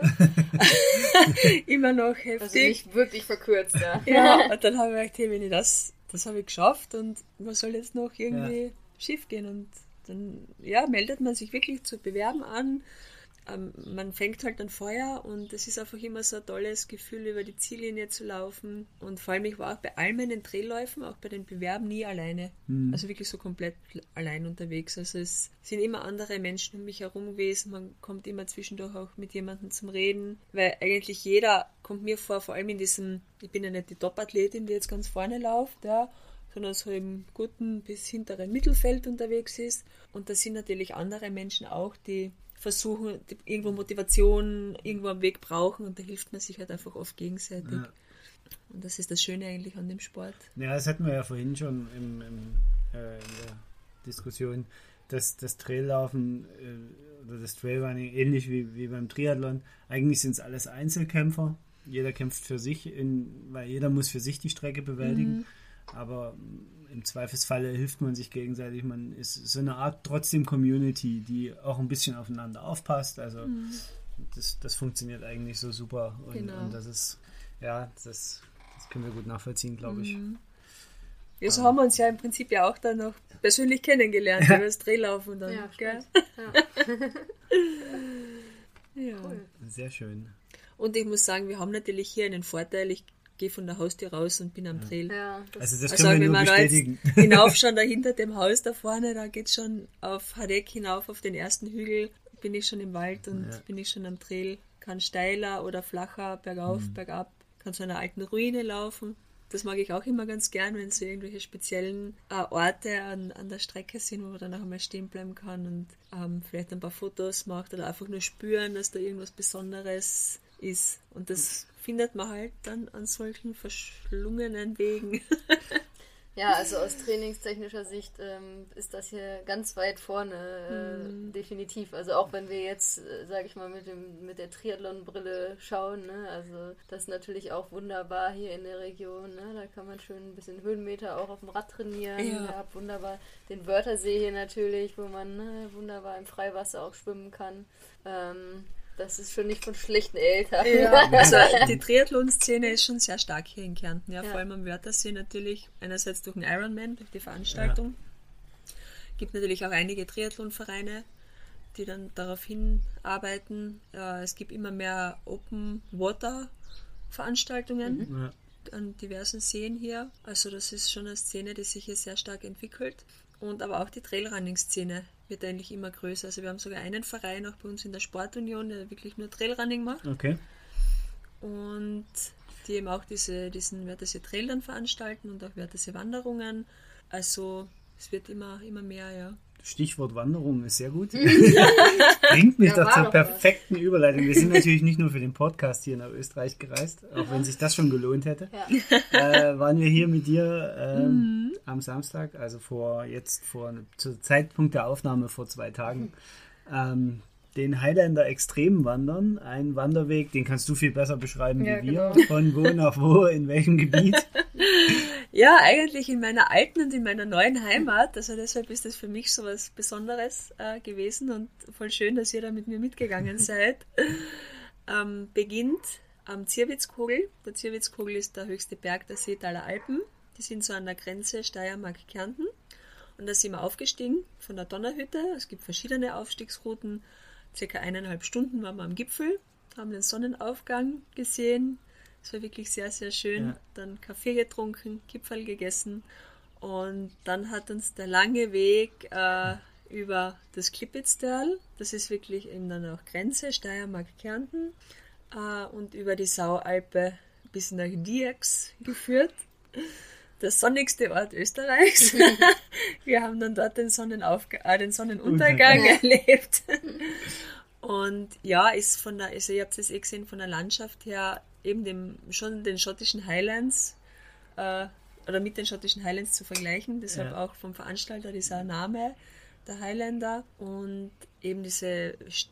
immer noch heftig. Also nicht wirklich verkürzt, ja. Ja, und dann habe ich gedacht, hey, wenn ich das habe ich geschafft und was soll jetzt noch irgendwie schief gehen? Und dann meldet man sich wirklich zu bewerben an. Man fängt halt an Feuer und es ist einfach immer so ein tolles Gefühl, über die Ziellinie zu laufen. Und vor allem, ich war auch bei all meinen Drehläufen, auch bei den Bewerben, nie alleine. Also wirklich so komplett allein unterwegs. Also es sind immer andere Menschen um mich herum gewesen. Man kommt immer zwischendurch auch mit jemandem zum Reden, weil eigentlich jeder kommt mir vor allem in diesem, ich bin ja nicht die Top-Athletin, die jetzt ganz vorne läuft, sondern so im guten bis hinteren Mittelfeld unterwegs ist. Und da sind natürlich andere Menschen auch, die versuchen, irgendwo Motivation, irgendwo am Weg brauchen und da hilft man sich halt einfach oft gegenseitig. Ja. Und das ist das Schöne eigentlich an dem Sport. Ja, das hatten wir ja vorhin schon in der Diskussion, dass das Traillaufen oder das Trailrunning ähnlich wie beim Triathlon, eigentlich sind es alles Einzelkämpfer. Jeder kämpft für sich, weil jeder muss für sich die Strecke bewältigen. Aber im Zweifelsfalle hilft man sich gegenseitig. Man ist so eine Art trotzdem Community, die auch ein bisschen aufeinander aufpasst. Also das funktioniert eigentlich so super. Und das ist, das können wir gut nachvollziehen, glaube ich. Ja, so haben wir uns ja im Prinzip ja auch dann noch persönlich kennengelernt, über das Drehlaufen und dann, gell? Ja. Cool. Sehr schön. Und ich muss sagen, wir haben natürlich hier einen Vorteil. Ich gehe von der Haustür raus und bin am Trail. Ja, das können wir nur bestätigen. Da hinaufschauen, da hinter dem Haus da vorne, da geht es schon auf Hadeck hinauf, auf den ersten Hügel, bin ich schon im Wald und bin ich schon am Trail. Kann steiler oder flacher, bergauf, bergab, kann zu einer alten Ruine laufen. Das mag ich auch immer ganz gern, wenn so irgendwelche speziellen Orte an der Strecke sind, wo man dann auch einmal stehen bleiben kann und vielleicht ein paar Fotos macht oder einfach nur spüren, dass da irgendwas Besonderes ist. Und das findet man halt dann an solchen verschlungenen Wegen. Ja, also aus trainingstechnischer Sicht ist das hier ganz weit vorne, definitiv. Also auch wenn wir jetzt, sage ich mal, mit der Triathlon-Brille schauen, ne? Also das ist natürlich auch wunderbar hier in der Region. Ne? Da kann man schön ein bisschen Höhenmeter auch auf dem Rad trainieren. Ja. Ihr habt wunderbar den Wörthersee hier natürlich, wo man wunderbar im Freiwasser auch schwimmen kann. Das ist schon nicht von schlechten Eltern. Ja, also die Triathlon-Szene ist schon sehr stark hier in Kärnten. Ja, vor allem am Wörthersee natürlich, einerseits durch den Ironman, durch die Veranstaltung. Gibt natürlich auch einige Triathlon-Vereine, die dann darauf hinarbeiten. Es gibt immer mehr Open-Water-Veranstaltungen an diversen Seen hier. Also das ist schon eine Szene, die sich hier sehr stark entwickelt. Und aber auch die Trailrunning-Szene wird eigentlich immer größer. Also wir haben sogar einen Verein auch bei uns in der Sportunion, der wirklich nur Trailrunning macht. Okay. Und die eben auch diesen Wörthersee Trail dann veranstalten und auch Wörthersee Wanderungen. Also es wird immer mehr, ja. Stichwort Wanderung ist sehr gut. Bringt mich doch zur perfekten Überleitung. Wir sind natürlich nicht nur für den Podcast hier nach Österreich gereist, auch wenn sich das schon gelohnt hätte. Ja. Waren wir hier mit dir am Samstag, also zu Zeitpunkt der Aufnahme vor 2 Tagen, den Highlander Extrem wandern. Ein Wanderweg, den kannst du viel besser beschreiben wie wir. Genau. Von wo nach wo, in welchem Gebiet? Ja, eigentlich in meiner alten und in meiner neuen Heimat. Also deshalb ist das für mich so was Besonderes gewesen und voll schön, dass ihr da mit mir mitgegangen seid. Beginnt am Zierwitzkogel. Der Zierwitzkogel ist der höchste Berg der Seetaler Alpen. Die sind so an der Grenze Steiermark-Kärnten. Und da sind wir aufgestiegen von der Donnerhütte. Es gibt verschiedene Aufstiegsrouten. Circa 1,5 Stunden waren wir am Gipfel, haben den Sonnenaufgang gesehen. Es war wirklich sehr, sehr schön. Ja. Dann Kaffee getrunken, Kipferl gegessen. Und dann hat uns der lange Weg über das Klippitztal, das ist wirklich eben dann auch Grenze, Steiermark-Kärnten, und über die Saualpe bis nach Diez geführt. Der sonnigste Ort Österreichs. Wir haben dann dort den Sonnenuntergang erlebt. Und ja, ist also ihr habt es gesehen, von der Landschaft her eben schon den schottischen Highlands oder mit den schottischen Highlands zu vergleichen. Deshalb auch vom Veranstalter dieser Name, der Highlander. Und eben diese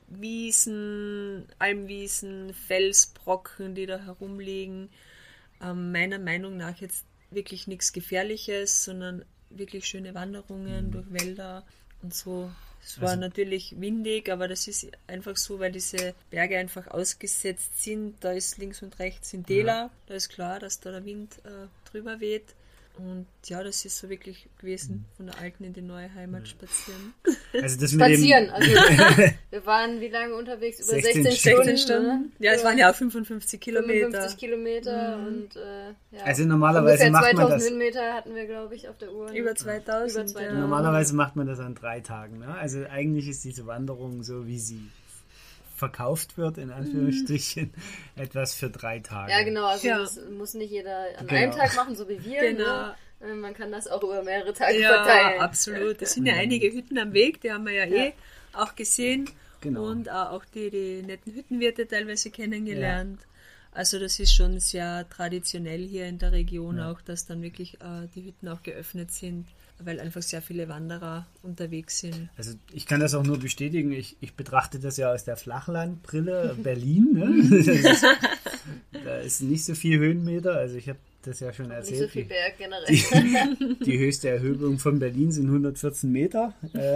Wiesen, Almwiesen, Felsbrocken, die da herumliegen. Meiner Meinung nach jetzt wirklich nichts Gefährliches, sondern wirklich schöne Wanderungen durch Wälder und so. Es war natürlich windig, aber das ist einfach so, weil diese Berge einfach ausgesetzt sind. Da ist links und rechts sind Täler. Da ist klar, dass da der Wind drüber weht. Und ja, das ist so wirklich gewesen, von der alten in die neue Heimat spazieren. Also das spazieren, also wir waren wie lange unterwegs? Über 16 Stunden. Ne? Ja, es waren ja auch 55 Kilometer. 55 Kilometer und ja. Also normalerweise macht man das. 2000 Höhenmeter hatten wir, glaube ich, auf der Uhr. Über 2000. Über 2000. Ja. Normalerweise macht man das an 3 Tagen. Ne? Also eigentlich ist diese Wanderung so, wie sie verkauft wird, in Anführungsstrichen, etwas für 3 Tage. Ja, genau, also das muss nicht jeder an einem Tag machen, so wie wir. Genau. Ne? Man kann das auch über mehrere Tage verteilen. Ja, absolut. Es sind ja einige Hütten am Weg, die haben wir ja auch gesehen. Genau. Und auch die netten Hüttenwirte teilweise kennengelernt. Ja. Also das ist schon sehr traditionell hier in der Region auch, dass dann wirklich die Hütten auch geöffnet sind, weil einfach sehr viele Wanderer unterwegs sind. Also ich kann das auch nur bestätigen, ich betrachte das ja aus der Flachlandbrille Berlin. Ne? Da ist nicht so viel Höhenmeter, also ich habe das ja schon erzählt. Nicht so viel Berg generell. Die höchste Erhöhung von Berlin sind 114 Meter.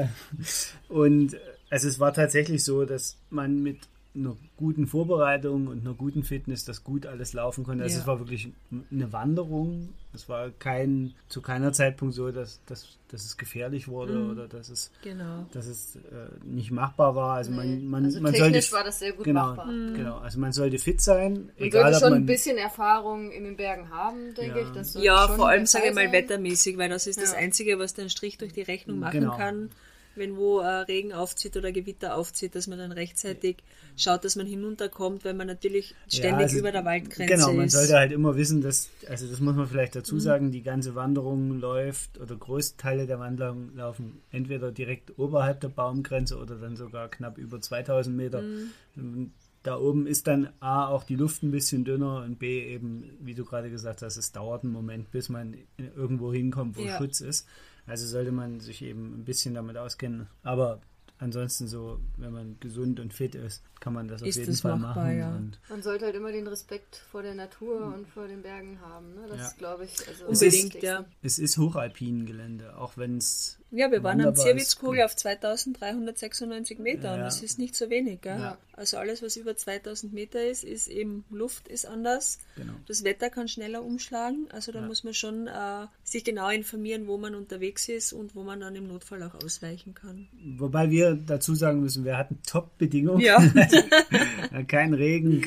Und also es war tatsächlich so, dass man mit einer guten Vorbereitung und einer guten Fitness das gut alles laufen konnte. Also es war wirklich eine Wanderung. Es war zu keiner Zeitpunkt so, dass es gefährlich wurde oder dass es nicht machbar war. Also man technisch sollte, war das sehr gut machbar. Genau, also man sollte fit sein. Man sollte schon ein bisschen Erfahrung in den Bergen haben, denke ich. Das vor allem sage ich mal wettermäßig, weil das ist das Einzige, was den Strich durch die Rechnung machen kann. Wenn wo Regen aufzieht oder Gewitter aufzieht, dass man dann rechtzeitig schaut, dass man hinunterkommt, weil man natürlich ständig über der Waldgrenze ist. Genau, man sollte halt immer wissen, das muss man vielleicht dazu sagen, die ganze Wanderung läuft oder Großteile der Wanderung laufen entweder direkt oberhalb der Baumgrenze oder dann sogar knapp über 2000 Meter. Da oben ist dann A, auch die Luft ein bisschen dünner und B, eben, wie du gerade gesagt hast, es dauert einen Moment, bis man irgendwo hinkommt, wo Schutz ist. Also sollte man sich eben ein bisschen damit auskennen. Aber ansonsten so, wenn man gesund und fit ist, kann man das auf jeden Fall machbar, machen. Ja. Und man sollte halt immer den Respekt vor der Natur und vor den Bergen haben. Ne? Das ist, glaube ich, unbedingt, Es ist Hochalpin-Gelände, auch wenn es wir waren am Zierwitzkogel auf 2396 Meter und das ist nicht so wenig. Gell? Ja. Also alles, was über 2000 Meter ist eben Luft ist anders. Genau. Das Wetter kann schneller umschlagen. Also da muss man schon sich genau informieren, wo man unterwegs ist und wo man dann im Notfall auch ausweichen kann. Wobei wir dazu sagen müssen, wir hatten Top-Bedingungen. Ja. Kein Regen,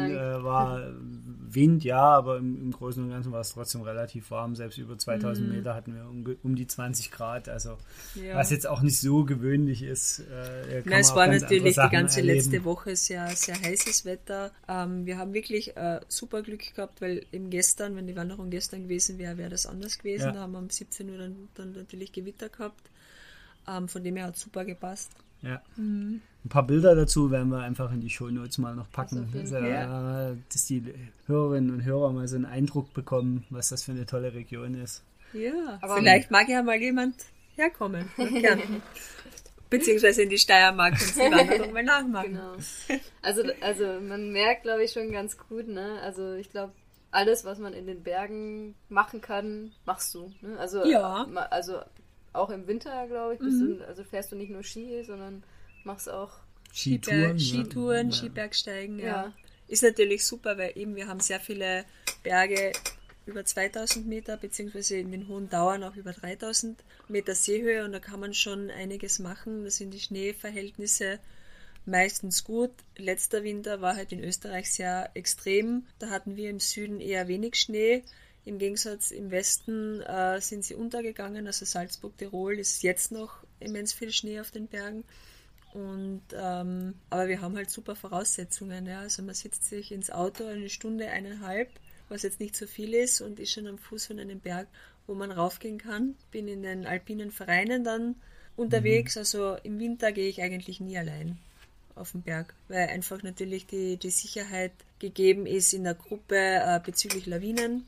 war Wind, aber im Großen und Ganzen war es trotzdem relativ warm. Selbst über 2000 Meter hatten wir um die 20 Grad, also was jetzt auch nicht so gewöhnlich ist. Es war natürlich die ganze letzte Woche sehr, sehr heißes Wetter. Wir haben wirklich super Glück gehabt, weil eben gestern, wenn die Wanderung gestern gewesen wäre das anders gewesen. Ja. Da haben wir um 17 Uhr dann natürlich Gewitter gehabt. Von dem her hat es super gepasst. Ja. Ein paar Bilder dazu werden wir einfach in die Shownotes mal noch packen, dass die Hörerinnen und Hörer mal so einen Eindruck bekommen, was das für eine tolle Region ist. Ja, aber vielleicht mag ja mal jemand herkommen nach Kärnten. Beziehungsweise in die Steiermark und die Wanderung mal nachmachen. Genau. Also man merkt, glaube ich, schon ganz gut, ne? Also ich glaube, alles, was man in den Bergen machen kann, machst du. Ne? Also auch im Winter, glaube ich, fährst du nicht nur Ski, sondern machst auch Skitouren, Skibergsteigen, Ist natürlich super, weil eben wir haben sehr viele Berge über 2000 Meter, beziehungsweise in den hohen Dauern auch über 3000 Meter Seehöhe und da kann man schon einiges machen. Da sind die Schneeverhältnisse meistens gut. Letzter Winter war halt in Österreich sehr extrem. Da hatten wir im Süden eher wenig Schnee. Im Gegensatz im Westen sind sie untergegangen. Also Salzburg, Tirol ist jetzt noch immens viel Schnee auf den Bergen. Und, aber wir haben halt super Voraussetzungen. Ja. Also man sitzt sich ins Auto 1 Stunde, 1,5, was jetzt nicht so viel ist und ist schon am Fuß von einem Berg, wo man raufgehen kann. Bin in den alpinen Vereinen dann unterwegs. Also im Winter gehe ich eigentlich nie allein auf den Berg, weil einfach natürlich die Sicherheit gegeben ist in der Gruppe bezüglich Lawinen.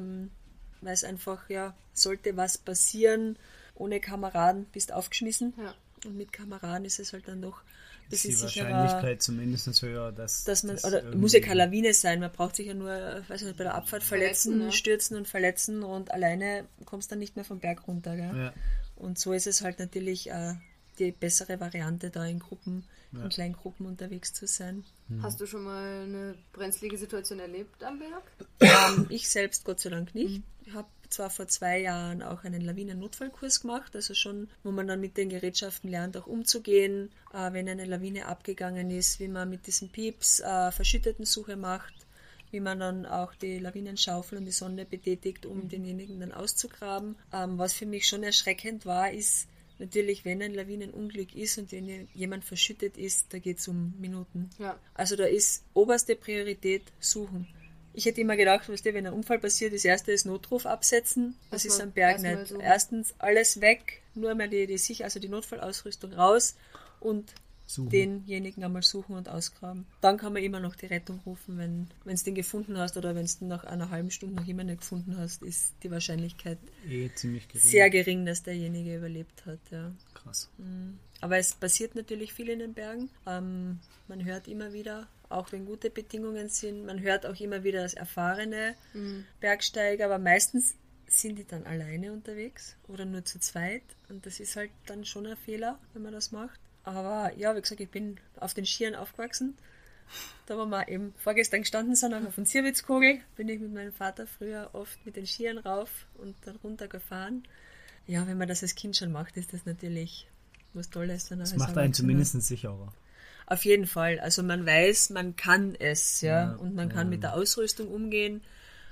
Weil es einfach, ja, sollte was passieren, ohne Kameraden bist aufgeschmissen. Ja. Und mit Kameraden ist es halt dann doch ein bisschen sicherer. Die Wahrscheinlichkeit zumindest höher, dass man, oder muss ja keine Lawine sein, man braucht sich ja nur, weiß nicht, bei der Abfahrt verletzen, stürzen und verletzen und alleine kommst dann nicht mehr vom Berg runter. Gell? Ja. Und so ist es halt natürlich die bessere Variante, da in Gruppen, in kleinen Gruppen unterwegs zu sein. Hast du schon mal eine brenzlige Situation erlebt am Berg? Ich selbst Gott sei Dank nicht. Ich habe zwar vor 2 Jahren auch einen Lawinen-Notfallkurs gemacht, also schon, wo man dann mit den Gerätschaften lernt, auch umzugehen, wenn eine Lawine abgegangen ist, wie man mit diesen Pieps Verschüttetensuche macht, wie man dann auch die Lawinenschaufel und die Sonde betätigt, um denjenigen dann auszugraben. Was für mich schon erschreckend war, ist natürlich, wenn ein Lawinenunglück ist und wenn jemand verschüttet ist, da geht es um Minuten. Ja. Also da ist oberste Priorität suchen. Ich hätte immer gedacht, wenn ein Unfall passiert, das erste ist Notruf absetzen. Das ist am Berg nicht. Erstens alles weg, nur mal die Notfallausrüstung raus und denjenigen einmal suchen und ausgraben. Dann kann man immer noch die Rettung rufen, wenn du den gefunden hast oder wenn du nach einer halben Stunde noch immer nicht gefunden hast, ist die Wahrscheinlichkeit ziemlich gering. Sehr gering, dass derjenige überlebt hat. Ja. Krass. Aber es passiert natürlich viel in den Bergen. Man hört immer wieder, auch wenn gute Bedingungen sind, man hört auch immer wieder das erfahrene Bergsteiger, aber meistens sind die dann alleine unterwegs oder nur zu zweit und das ist halt dann schon ein Fehler, wenn man das macht. Aber ja, wie gesagt, ich bin auf den Skiern aufgewachsen. Da, wo wir eben vorgestern gestanden sind, auch auf dem Zierwitzkogel, bin ich mit meinem Vater früher oft mit den Skiern rauf und dann runter gefahren. Ja, wenn man das als Kind schon macht, ist das natürlich was Tolles. Das macht einen zumindest sicherer. Auf jeden Fall. Also man weiß, man kann es, ja, und man kann mit der Ausrüstung umgehen,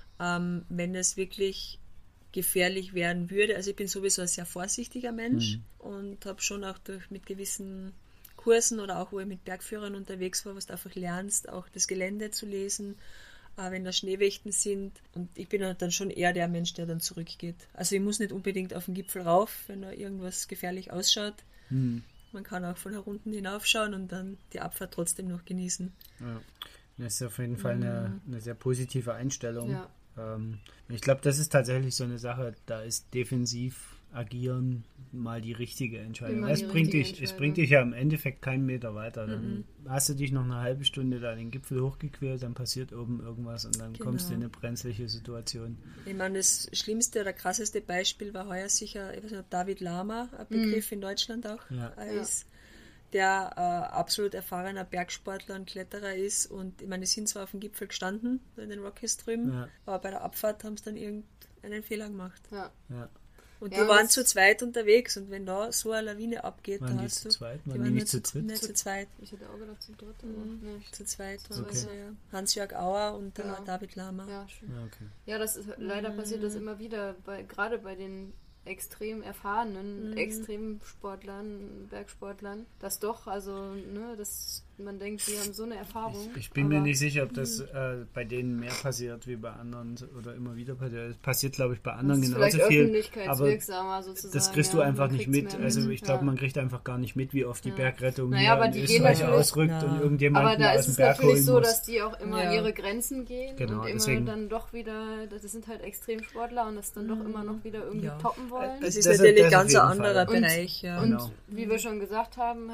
wenn es wirklich gefährlich werden würde. Also ich bin sowieso ein sehr vorsichtiger Mensch und habe schon auch mit gewissen Kursen oder auch wo ich mit Bergführern unterwegs war, was du einfach lernst, auch das Gelände zu lesen, wenn da Schneewächten sind. Und ich bin dann schon eher der Mensch, der dann zurückgeht. Also ich muss nicht unbedingt auf den Gipfel rauf, wenn da irgendwas gefährlich ausschaut. Man kann auch von herunten hinaufschauen und dann die Abfahrt trotzdem noch genießen. Ja. Das ist auf jeden Fall eine sehr positive Einstellung. Ja. Ich glaube, das ist tatsächlich so eine Sache, da ist defensiv agieren mal die richtige Entscheidung. Es bringt dich ja im Endeffekt keinen Meter weiter. Dann hast du dich noch eine halbe Stunde da den Gipfel hochgequält, dann passiert oben irgendwas und dann kommst du in eine brenzliche Situation. Ich meine, das schlimmste oder krasseste Beispiel war heuer sicher, ich weiß nicht, David Lama, ein Begriff in Deutschland auch ist, der absolut erfahrener Bergsportler und Kletterer ist und ich meine, die sind zwar auf dem Gipfel gestanden, in den Rockies drüben, aber bei der Abfahrt haben sie dann irgendeinen Fehler gemacht. Ja. Und die waren zu zweit unterwegs und wenn da so eine Lawine abgeht, dann hast du... Die waren nicht zu dritt? Nicht zu zweit. Ich hätte auch gedacht zu dritt. Zu zweit waren also, Hans-Jörg Auer und David Lama. Ja, schön. Ja, das ist leider passiert das immer wieder, gerade bei den extrem erfahrenen Extremsportlern, Bergsportlern, dass doch, also, dass man denkt, die haben so eine Erfahrung. Ich bin mir nicht sicher, ob das bei denen mehr passiert wie bei anderen oder immer wieder passiert. Es passiert, glaube ich, bei anderen genauso viel. Aber sozusagen, das kriegst du einfach nicht mit. Also ich glaube, man kriegt einfach gar nicht mit, wie oft die Bergrettung hier in Österreich ausrückt und irgendjemanden aus dem Berg holen muss. Aber da ist es natürlich so, dass die auch immer an ihre Grenzen gehen und immer dann doch wieder, das sind halt Extremsportler und das dann doch immer noch wieder irgendwie toppen wollen. Das ist natürlich ein ganz anderer Bereich. Und wie wir schon gesagt haben, halt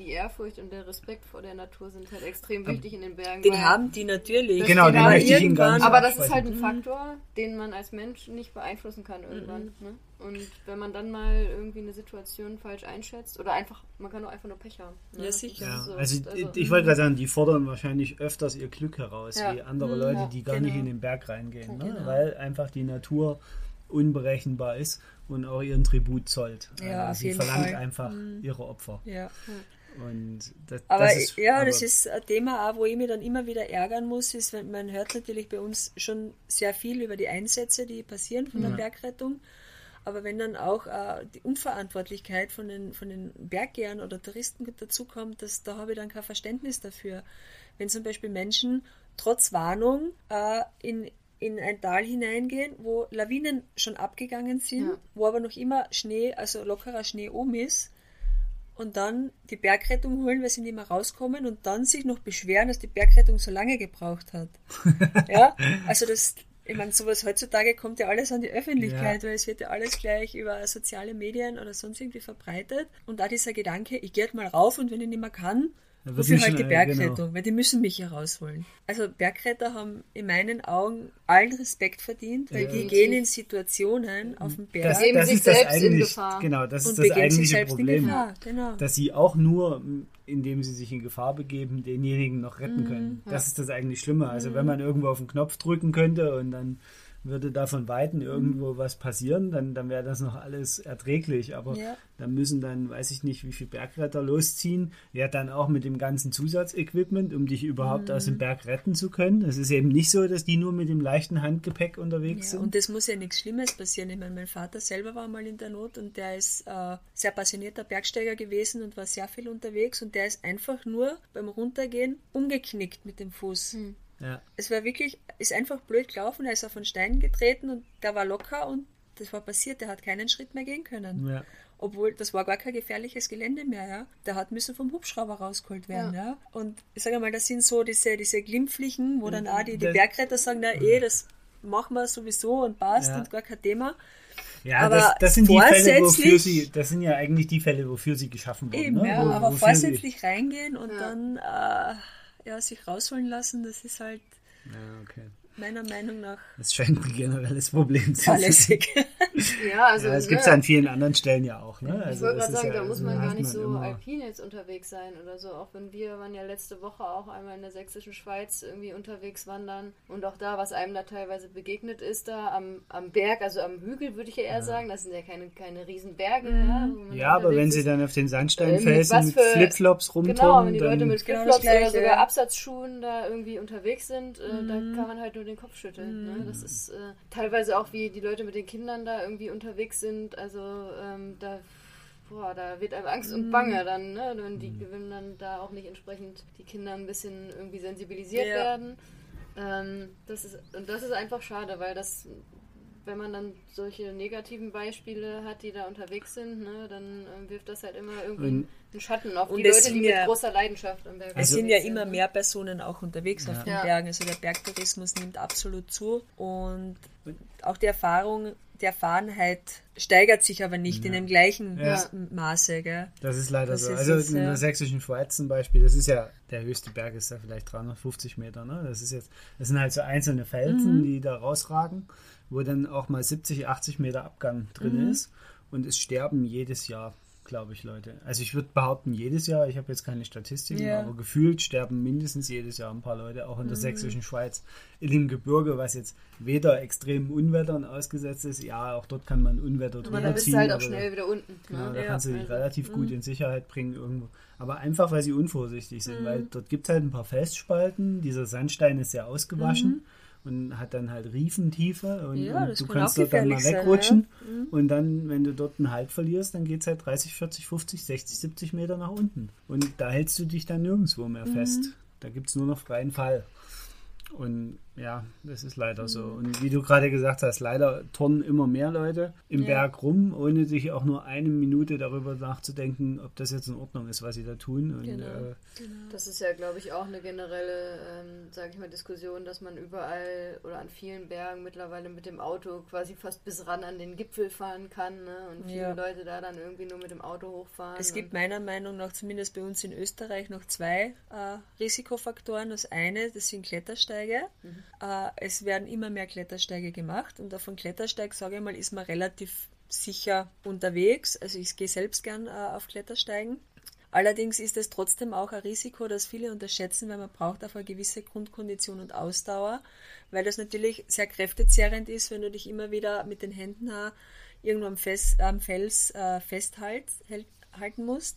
die Ehrfurcht und der Respekt vor der Natur sind halt extrem wichtig in den Bergen. Den haben die natürlich. Genau, den möchte ich Ihnen gar nicht aber das ist halt ein Faktor, den man als Mensch nicht beeinflussen kann irgendwann. Ne? Und wenn man dann mal irgendwie eine Situation falsch einschätzt oder einfach, man kann auch einfach nur Pech haben. Ne? Ja, sicher. Ja, So, also ich wollte gerade sagen, die fordern wahrscheinlich öfters ihr Glück heraus, Ja. wie andere Leute, die gar nicht in den Berg reingehen, ne? Weil einfach die Natur unberechenbar ist und auch ihren Tribut zollt. Ja, auf sie jeden verlangt Fall. einfach ihre Opfer. Ja. Und das ist ein Thema auch, wo ich mich dann immer wieder ärgern muss, ist, wenn man hört natürlich bei uns schon sehr viel über die Einsätze, die passieren von der Bergrettung, aber wenn dann auch die Unverantwortlichkeit von den Berggehern oder Touristen dazukommt, da habe ich dann kein Verständnis dafür. Wenn zum Beispiel Menschen trotz Warnung in ein Tal hineingehen, wo Lawinen schon abgegangen sind, wo aber noch immer Schnee, also lockerer Schnee oben ist, und dann die Bergrettung holen, weil sie nicht mehr rauskommen und dann sich noch beschweren, dass die Bergrettung so lange gebraucht hat. Ja, also ich meine, sowas heutzutage kommt ja alles an die Öffentlichkeit, weil es wird ja alles gleich über soziale Medien oder sonst irgendwie verbreitet. Und da dieser Gedanke, ich gehe halt mal rauf und wenn ich nicht mehr kann, rufe ich halt die Bergrettung, weil die müssen mich herausholen. Also Bergretter haben in meinen Augen allen Respekt verdient, weil die gehen in Situationen auf dem Berg. Begeben sich selbst in Gefahr. Genau, das ist und das eigentliche Problem. Genau. Dass sie auch nur, indem sie sich in Gefahr begeben, denjenigen noch retten können. Das ist das eigentlich Schlimme. Also wenn man irgendwo auf den Knopf drücken könnte und dann würde da von Weitem irgendwo was passieren, dann wäre das noch alles erträglich. Aber da müssen dann, weiß ich nicht, wie viele Bergretter losziehen. Ja, dann auch mit dem ganzen Zusatzequipment, um dich überhaupt aus dem Berg retten zu können. Es ist eben nicht so, dass die nur mit dem leichten Handgepäck unterwegs sind. Und das muss ja nichts Schlimmes passieren. Ich meine, mein Vater selber war mal in der Not und der ist sehr passionierter Bergsteiger gewesen und war sehr viel unterwegs und der ist einfach nur beim Runtergehen umgeknickt mit dem Fuß. Ja. Es war wirklich, ist einfach blöd gelaufen, er ist auf einen Stein getreten und der war locker und das war passiert, der hat keinen Schritt mehr gehen können. Ja. Obwohl, das war gar kein gefährliches Gelände mehr, ja. Der müssen vom Hubschrauber rausgeholt werden, ja. Und ich sage mal, das sind so diese Glimpflichen, wo dann auch die Bergretter sagen, das machen wir sowieso und passt und gar kein Thema. Ja, aber das sind die Fälle, das sind ja eigentlich die Fälle, wofür sie geschaffen wurden. Eben, ne? Aber vorsätzlich reingehen und dann sich rausholen lassen, das ist halt meiner Meinung nach das scheint ein generelles Problem zu fahrlässig. Das gibt es an vielen anderen Stellen ja auch. Ne? Ich wollte gerade sagen, da muss man gar nicht so alpin jetzt unterwegs sein oder so. Auch wenn wir waren ja letzte Woche auch einmal in der sächsischen Schweiz irgendwie unterwegs wandern und auch da, was einem da teilweise begegnet ist, da am Berg, also am Hügel würde ich ja eher sagen, das sind ja keine riesen Berge. Ja, aber wenn sie dann auf den Sandsteinfelsen mit Flipflops rumturnen. Genau, wenn die Leute mit Flipflops oder sogar Absatzschuhen da irgendwie unterwegs sind, da kann man halt nur den Kopf schütteln. Ne? Das ist teilweise auch, wie die Leute mit den Kindern da irgendwie unterwegs sind, also da wird einem Angst und Bange dann, ne? Wenn dann da auch nicht entsprechend die Kinder ein bisschen irgendwie sensibilisiert werden. Das ist einfach schade, weil wenn man dann solche negativen Beispiele hat, die da unterwegs sind, ne, dann wirft das halt immer irgendwie einen Schatten auf die Leute, die mit großer Leidenschaft am Berg Es sind ja immer mehr Personen auch unterwegs auf den Bergen. Also der Bergtourismus nimmt absolut zu und auch die Erfahrenheit steigert sich aber nicht in dem gleichen Maße. Gell? Das ist leider so. Also in der sächsischen Schweiz zum Beispiel, das ist ja, der höchste Berg ist ja vielleicht 350 Meter. Ne? Das sind halt so einzelne Felsen, die da rausragen, wo dann auch mal 70, 80 Meter Abgang drin ist. Und es sterben jedes Jahr, glaube ich, Leute. Also ich würde behaupten, jedes Jahr, ich habe jetzt keine Statistiken, aber gefühlt sterben mindestens jedes Jahr ein paar Leute, auch in der sächsischen Schweiz, in dem Gebirge, was jetzt weder extremen Unwettern ausgesetzt ist. Ja, auch dort kann man Unwetter drüber ziehen. Aber da bist du halt auch schnell wieder unten. Genau, da kannst du dich relativ gut in Sicherheit bringen irgendwo. Aber einfach, weil sie unvorsichtig sind, weil dort gibt es halt ein paar Felsspalten, dieser Sandstein ist sehr ausgewaschen. Und hat dann halt Riefentiefe und du kannst dort dann mal wegrutschen und dann, wenn du dort einen Halt verlierst, dann geht es halt 30, 40, 50, 60, 70 Meter nach unten und da hältst du dich dann nirgendwo mehr fest. Da gibt es nur noch freien Fall und Ja, das ist leider so. Und wie du gerade gesagt hast, leider turnen immer mehr Leute im Berg rum, ohne sich auch nur eine Minute darüber nachzudenken, ob das jetzt in Ordnung ist, was sie da tun. Und, genau. Das ist ja, glaube ich, auch eine generelle, sage ich mal, Diskussion, dass man überall oder an vielen Bergen mittlerweile mit dem Auto quasi fast bis ran an den Gipfel fahren kann, ne? Und viele Leute da dann irgendwie nur mit dem Auto hochfahren. Es gibt meiner Meinung nach, zumindest bei uns in Österreich, noch 2 Risikofaktoren. Das eine, das sind Klettersteige. Es werden immer mehr Klettersteige gemacht und auf einem Klettersteig, sage ich mal, ist man relativ sicher unterwegs. Also ich gehe selbst gern auf Klettersteigen. Allerdings ist es trotzdem auch ein Risiko, das viele unterschätzen, weil man braucht auch eine gewisse Grundkondition und Ausdauer, weil das natürlich sehr kräftezehrend ist, wenn du dich immer wieder mit den Händen irgendwo am Fels festhalten musst.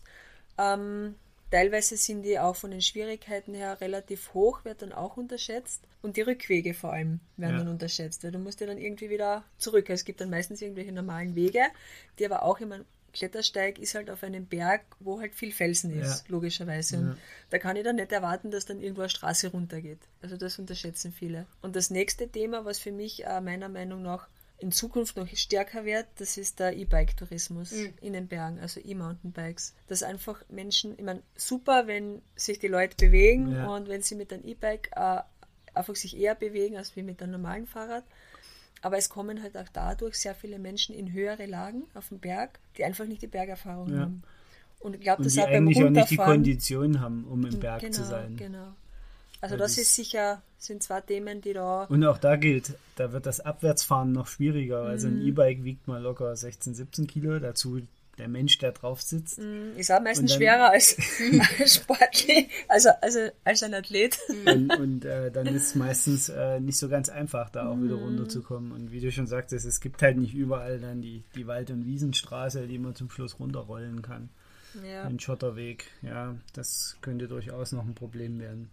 Teilweise sind die auch von den Schwierigkeiten her relativ hoch, wird dann auch unterschätzt. Und die Rückwege vor allem werden dann unterschätzt, weil du musst ja dann irgendwie wieder zurück. Es gibt dann meistens irgendwelche normalen Wege, die aber auch immer Klettersteig ist halt auf einem Berg, wo halt viel Felsen ist, logischerweise. Und da kann ich dann nicht erwarten, dass dann irgendwo eine Straße runtergeht. Also das unterschätzen viele. Und das nächste Thema, was für mich meiner Meinung nach in Zukunft noch stärker wird, das ist der E-Bike-Tourismus in den Bergen, also E-Mountainbikes. Dass einfach Menschen, ich meine, super, wenn sich die Leute bewegen und wenn sie mit einem E-Bike einfach sich eher bewegen, als wie mit einem normalen Fahrrad. Aber es kommen halt auch dadurch sehr viele Menschen in höhere Lagen auf dem Berg, die einfach nicht die Bergerfahrung haben. Und ich glaube, das auch beim Runterfahren... Und die eigentlich auch nicht die Kondition haben, um im Berg zu sein. Genau. Also das ist sicher, sind 2 Themen, die da... Und auch da gilt, da wird das Abwärtsfahren noch schwieriger. Also ein E-Bike wiegt mal locker 16, 17 Kilo, dazu der Mensch, der drauf sitzt. Ist auch meistens schwerer als Sportler, also als ein Athlet. Und dann ist es meistens nicht so ganz einfach, da auch wieder runterzukommen. Und wie du schon sagtest, es gibt halt nicht überall dann die Wald- und Wiesenstraße, die man zum Schluss runterrollen kann. Ein Schotterweg, das könnte durchaus noch ein Problem werden.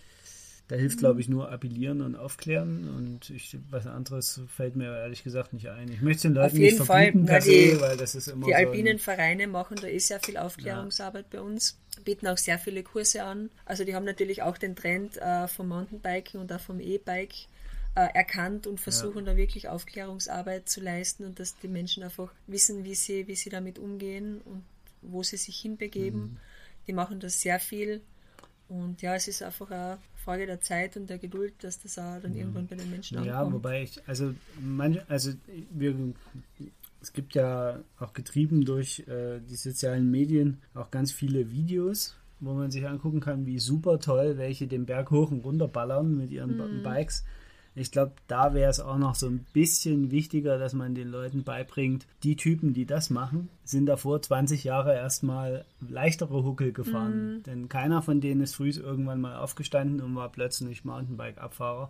Da hilft, glaube ich, nur appellieren und aufklären und was anderes fällt mir ehrlich gesagt nicht ein. Ich möchte den Leuten nicht verbieten, weil das ist immer die alpinen Vereine machen da sehr viel Aufklärungsarbeit bei uns, bieten auch sehr viele Kurse an. Also die haben natürlich auch den Trend vom Mountainbiken und auch vom E-Bike erkannt und versuchen da wirklich Aufklärungsarbeit zu leisten und dass die Menschen einfach wissen, wie sie damit umgehen und wo sie sich hinbegeben. Die machen das sehr viel. Und es ist einfach eine Frage der Zeit und der Geduld, dass das auch dann irgendwann bei den Menschen ankommt. Ja, wobei es gibt ja auch getrieben durch die sozialen Medien auch ganz viele Videos, wo man sich angucken kann, wie super toll welche den Berg hoch und runter ballern mit ihren Bikes. Ich glaube, da wäre es auch noch so ein bisschen wichtiger, dass man den Leuten beibringt, die Typen, die das machen, sind davor 20 Jahre erstmal leichtere Huckel gefahren. Denn keiner von denen ist früh irgendwann mal aufgestanden und war plötzlich Mountainbike-Abfahrer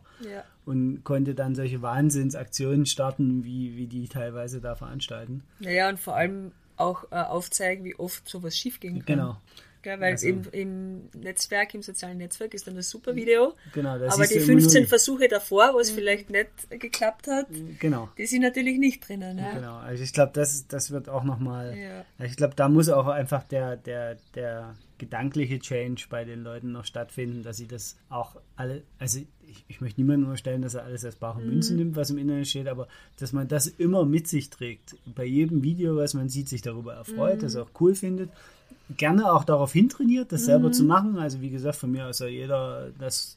und konnte dann solche Wahnsinnsaktionen starten, wie die teilweise da veranstalten. Ja, und vor allem auch aufzeigen, wie oft sowas schief gehen kann. Genau. Ja, weil also, im sozialen Netzwerk ist dann ein super Video. Genau, aber die 15 Versuche davor, wo es vielleicht nicht geklappt hat, die sind natürlich nicht drinnen. Ja. Genau, also ich glaube, das wird auch nochmal, ich glaube, da muss auch einfach der gedankliche Change bei den Leuten noch stattfinden, dass sie das auch alle, also ich möchte niemandem unterstellen, dass er alles als bare Münze nimmt, was im Internet steht, aber dass man das immer mit sich trägt. Bei jedem Video, was man sieht, sich darüber erfreut, das auch cool findet. Gerne auch darauf hintrainiert, das selber zu machen. Also wie gesagt, von mir aus soll jeder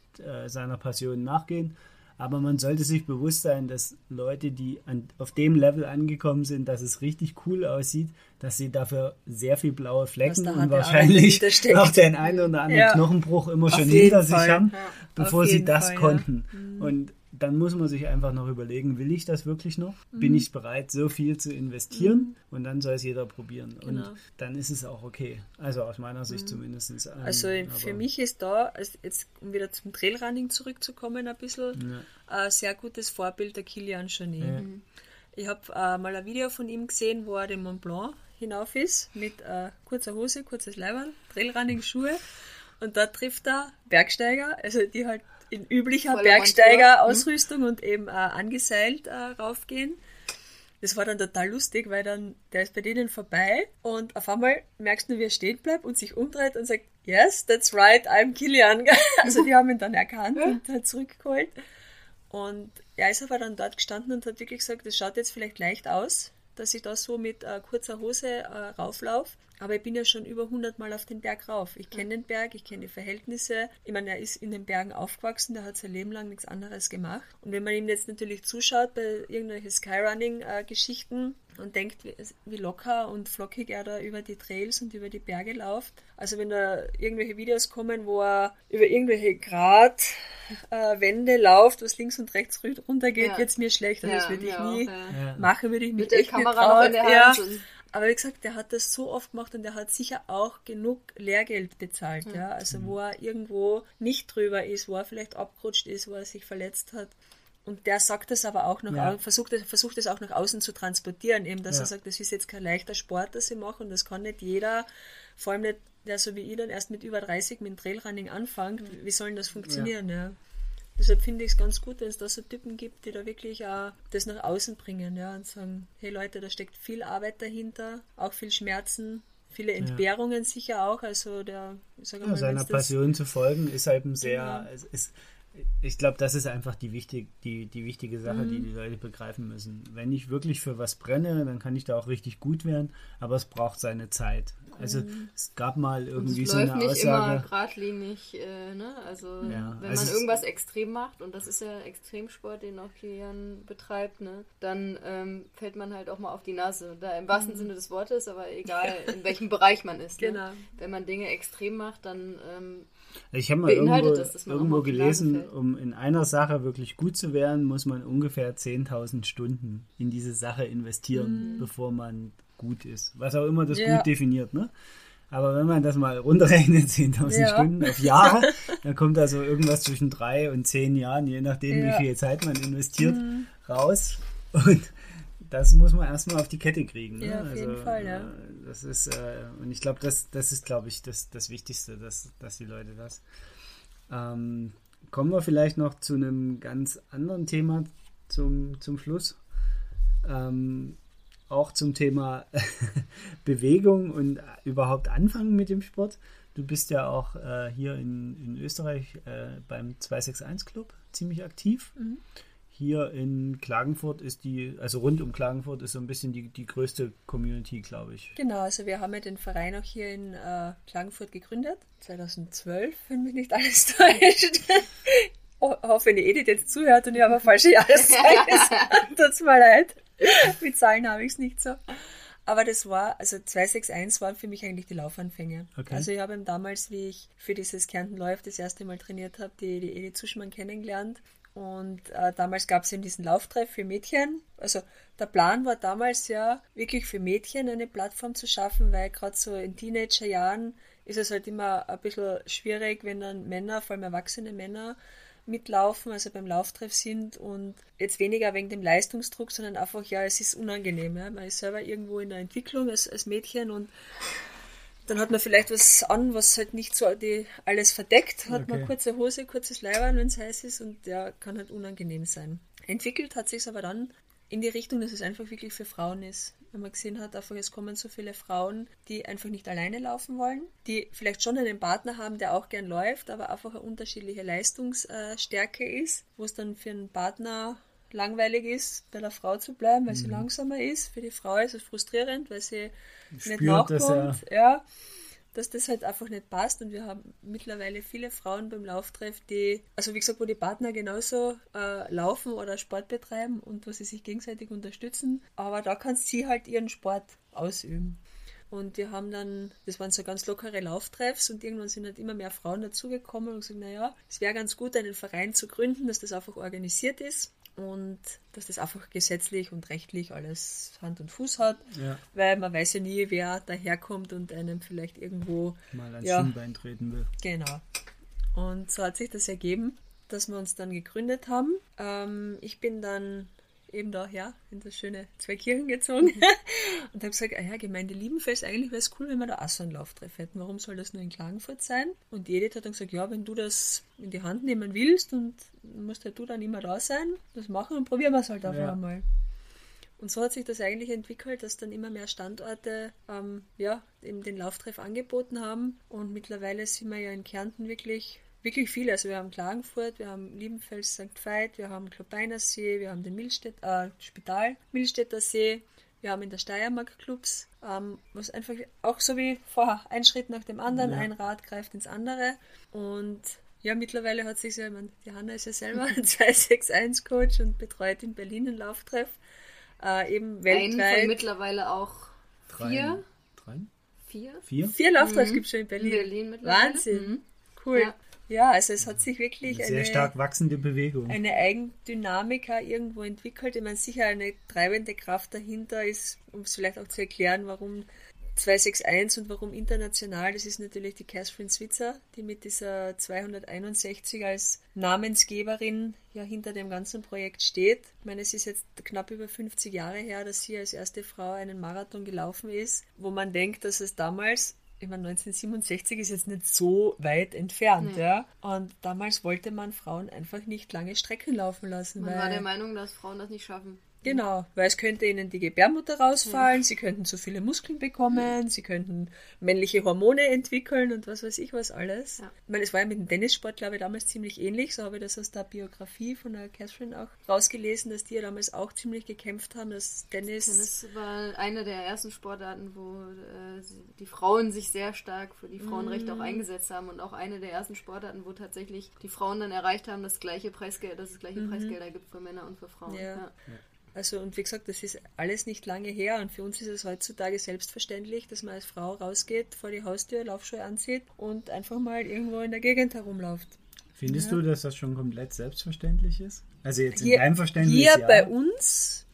seiner Passion nachgehen. Aber man sollte sich bewusst sein, dass Leute, die auf dem Level angekommen sind, dass es richtig cool aussieht, dass sie dafür sehr viel blaue Flecken und wahrscheinlich auch den einen oder anderen Knochenbruch immer schon hinter sich haben, bevor sie das konnten. Und dann muss man sich einfach noch überlegen, will ich das wirklich noch? Bin ich bereit, so viel zu investieren? Und dann soll es jeder probieren. Genau. Und dann ist es auch okay. Also aus meiner Sicht zumindest. Also für mich ist da, jetzt um wieder zum Trailrunning zurückzukommen, ein bisschen ein sehr gutes Vorbild der Kilian Jornet. Ja. Ich habe mal ein Video von ihm gesehen, wo er den Mont Blanc hinauf ist, mit kurzer Hose, kurzes Leiberl, Trailrunning-Schuhe. Und da trifft er Bergsteiger, also die halt in üblicher Bergsteiger-Ausrüstung und eben angeseilt raufgehen. Das war dann total lustig, weil dann, der ist bei denen vorbei und auf einmal merkst du, wie er stehen bleibt und sich umdreht und sagt, yes, that's right, I'm Kilian. Also die haben ihn dann erkannt und halt zurückgeholt. Und er ist aber dann dort gestanden und hat wirklich gesagt, das schaut jetzt vielleicht leicht aus, dass ich da so mit kurzer Hose rauflaufe. Aber ich bin ja schon über 100 Mal auf den Berg rauf. Ich kenne den Berg, ich kenne die Verhältnisse. Ich meine, er ist in den Bergen aufgewachsen, der hat sein Leben lang nichts anderes gemacht. Und wenn man ihm jetzt natürlich zuschaut bei irgendwelchen Skyrunning-Geschichten und denkt, wie locker und flockig er da über die Trails und über die Berge läuft. Also wenn da irgendwelche Videos kommen, wo er über irgendwelche Wände läuft, was links und rechts runtergeht, wird es mir schlecht. Und das würde ich nie machen, würde ich mich echt nicht trauen. Aber wie gesagt, der hat das so oft gemacht und der hat sicher auch genug Lehrgeld bezahlt. Ja? Also wo er irgendwo nicht drüber ist, wo er vielleicht abgerutscht ist, wo er sich verletzt hat. Und der sagt das aber auch noch, versucht es auch nach außen zu transportieren, eben, dass er sagt, das ist jetzt kein leichter Sport, das ich mache und das kann nicht jeder, vor allem nicht der so wie ich dann erst mit über 30 mit dem Trailrunning anfängt. Wie soll denn das funktionieren? Ja. Deshalb finde ich es ganz gut, wenn es da so Typen gibt, die da wirklich auch das nach außen bringen, und sagen, hey Leute, da steckt viel Arbeit dahinter, auch viel Schmerzen, viele Entbehrungen sicher auch, also seiner Passion zu folgen ist eben sehr, ich glaube, das ist einfach die wichtige Sache, die Leute begreifen müssen. Wenn ich wirklich für was brenne, dann kann ich da auch richtig gut werden, aber es braucht seine Zeit. Also es gab mal irgendwie so eine Aussage. Es läuft nicht immer geradlinig, ne? Also wenn man irgendwas extrem macht, und das ist ja Extremsport, den auch Kilian betreibt, ne? Dann fällt man halt auch mal auf die Nase. Da im wahrsten Sinne des Wortes, aber egal in welchem Bereich man ist. Ne? Genau. Wenn man Dinge extrem macht, dann ich habe mal irgendwo gelesen, um in einer Sache wirklich gut zu werden, muss man ungefähr 10.000 Stunden in diese Sache investieren, bevor man gut ist. Was auch immer das gut definiert, ne? Aber wenn man das mal runterrechnet, 10.000 Stunden auf Jahre, dann kommt also irgendwas zwischen 3 und 10 Jahren, je nachdem, wie viel Zeit man investiert, raus. Und das muss man erstmal auf die Kette kriegen. Ne? Ja, auf jeden Fall, ja. Das ist, und ich glaube, das ist, glaube ich, das Wichtigste, dass die Leute das. Kommen wir vielleicht noch zu einem ganz anderen Thema zum Schluss. Auch zum Thema Bewegung und überhaupt anfangen mit dem Sport. Du bist ja auch hier in Österreich beim 261 Club ziemlich aktiv. Hier in Klagenfurt also rund um Klagenfurt ist so ein bisschen die größte Community, glaube ich. Genau, also wir haben ja den Verein auch hier in Klagenfurt gegründet, 2012, wenn mich nicht alles täuscht. Ich hoffe, wenn die Edith jetzt zuhört und ich habe falsche Jahreszeit, tut's mir leid. Mit Zahlen habe ich es nicht so. Aber das war, also 261 waren für mich eigentlich die Laufanfänge. Okay. Also ich habe eben damals, wie ich für dieses Kärnten Läuft das erste Mal trainiert habe, die Edith Zuschmann kennengelernt. Und damals gab es eben diesen Lauftreff für Mädchen. Also der Plan war damals ja wirklich für Mädchen eine Plattform zu schaffen, weil gerade so in Teenagerjahren ist es halt immer ein bisschen schwierig, wenn dann Männer, vor allem erwachsene Männer, mitlaufen, also beim Lauftreff sind und jetzt weniger wegen dem Leistungsdruck, sondern einfach, es ist unangenehm. Ja? Man ist selber irgendwo in der Entwicklung als Mädchen und dann hat man vielleicht was an, was halt nicht so alles verdeckt. Hat man kurze Hose, kurzes Leiberl, wenn es heiß ist und kann halt unangenehm sein. Entwickelt hat sich es aber dann in die Richtung, dass es einfach wirklich für Frauen ist. Wenn man gesehen hat, einfach es kommen so viele Frauen, die einfach nicht alleine laufen wollen, die vielleicht schon einen Partner haben, der auch gern läuft, aber einfach eine unterschiedliche Leistungsstärke ist, wo es dann für einen Partner langweilig ist, bei der Frau zu bleiben, weil sie langsamer ist. Für die Frau ist es frustrierend, weil sie nicht nachkommt. Dass das halt einfach nicht passt. Und wir haben mittlerweile viele Frauen beim Lauftreff, die, also wie gesagt, wo die Partner genauso laufen oder Sport betreiben und wo sie sich gegenseitig unterstützen. Aber da kann sie halt ihren Sport ausüben. Und wir haben dann, das waren so ganz lockere Lauftreffs und irgendwann sind halt immer mehr Frauen dazugekommen und gesagt, es wäre ganz gut, einen Verein zu gründen, dass das einfach organisiert ist. Und dass das einfach gesetzlich und rechtlich alles Hand und Fuß hat, weil man weiß ja nie, wer daherkommt und einem vielleicht irgendwo mal ans Schienbein treten will. Genau. Und so hat sich das ergeben, dass wir uns dann gegründet haben. Ich bin dann eben da in das schöne Zweikirchen gezogen und habe gesagt, Gemeinde Liebenfels, eigentlich wäre es cool, wenn wir da auch so einen Lauftreff hätten. Warum soll das nur in Klagenfurt sein? Und die Edith hat dann gesagt, wenn du das in die Hand nehmen willst und musst halt du dann immer da sein, das machen und probieren wir es halt einfach einmal. Und so hat sich das eigentlich entwickelt, dass dann immer mehr Standorte eben den Lauftreff angeboten haben und mittlerweile sind wir ja in Kärnten wirklich wirklich viele. Also wir haben Klagenfurt, wir haben Liebenfels, St. Veit, wir haben Klobeiner See, wir haben den Spital Millstätter See, wir haben in der Steiermark Clubs, was einfach auch so wie vorher, ein Schritt nach dem anderen, ein Rad greift ins andere. Und ja, mittlerweile hat sich ja, die Hanna ist ja selber ein 261-Coach und betreut in Berlin einen Lauftreff, eben weltweit. Einen von mittlerweile auch 4. 4 Lauftreffs gibt es schon in Berlin. Mittlerweile. Wahnsinn. Cool. Ja, also es hat sich wirklich eine sehr stark wachsende Bewegung. Eine Eigendynamik irgendwo entwickelt. Ich meine, sicher eine treibende Kraft dahinter ist, um es vielleicht auch zu erklären, warum 261 und warum international, das ist natürlich die Catherine Switzer, die mit dieser 261 als Namensgeberin ja hinter dem ganzen Projekt steht. Ich meine, es ist jetzt knapp über 50 Jahre her, dass sie als erste Frau einen Marathon gelaufen ist, wo man denkt, dass es damals, ich meine, 1967 ist jetzt nicht so weit entfernt, ja. Und damals wollte man Frauen einfach nicht lange Strecken laufen lassen. Man war der Meinung, dass Frauen das nicht schaffen. Genau, weil es könnte ihnen die Gebärmutter rausfallen, sie könnten zu viele Muskeln bekommen, sie könnten männliche Hormone entwickeln und was weiß ich was alles. Ja. Ich meine, es war ja mit dem Tennissport, glaube ich, damals ziemlich ähnlich, so habe ich das aus der Biografie von der Catherine auch rausgelesen, dass die ja damals auch ziemlich gekämpft haben, dass Tennis war eine der ersten Sportarten, wo die Frauen sich sehr stark für die Frauenrechte auch eingesetzt haben und auch eine der ersten Sportarten, wo tatsächlich die Frauen dann erreicht haben, dass es gleiche Preisgelder gibt für Männer und für Frauen. Ja. Also, und wie gesagt, das ist alles nicht lange her und für uns ist es heutzutage selbstverständlich, dass man als Frau rausgeht, vor die Haustür, Laufschuhe anzieht und einfach mal irgendwo in der Gegend herumläuft. Findest du, dass das schon komplett selbstverständlich ist? Also jetzt in deinem Verständnis? Hier bei uns,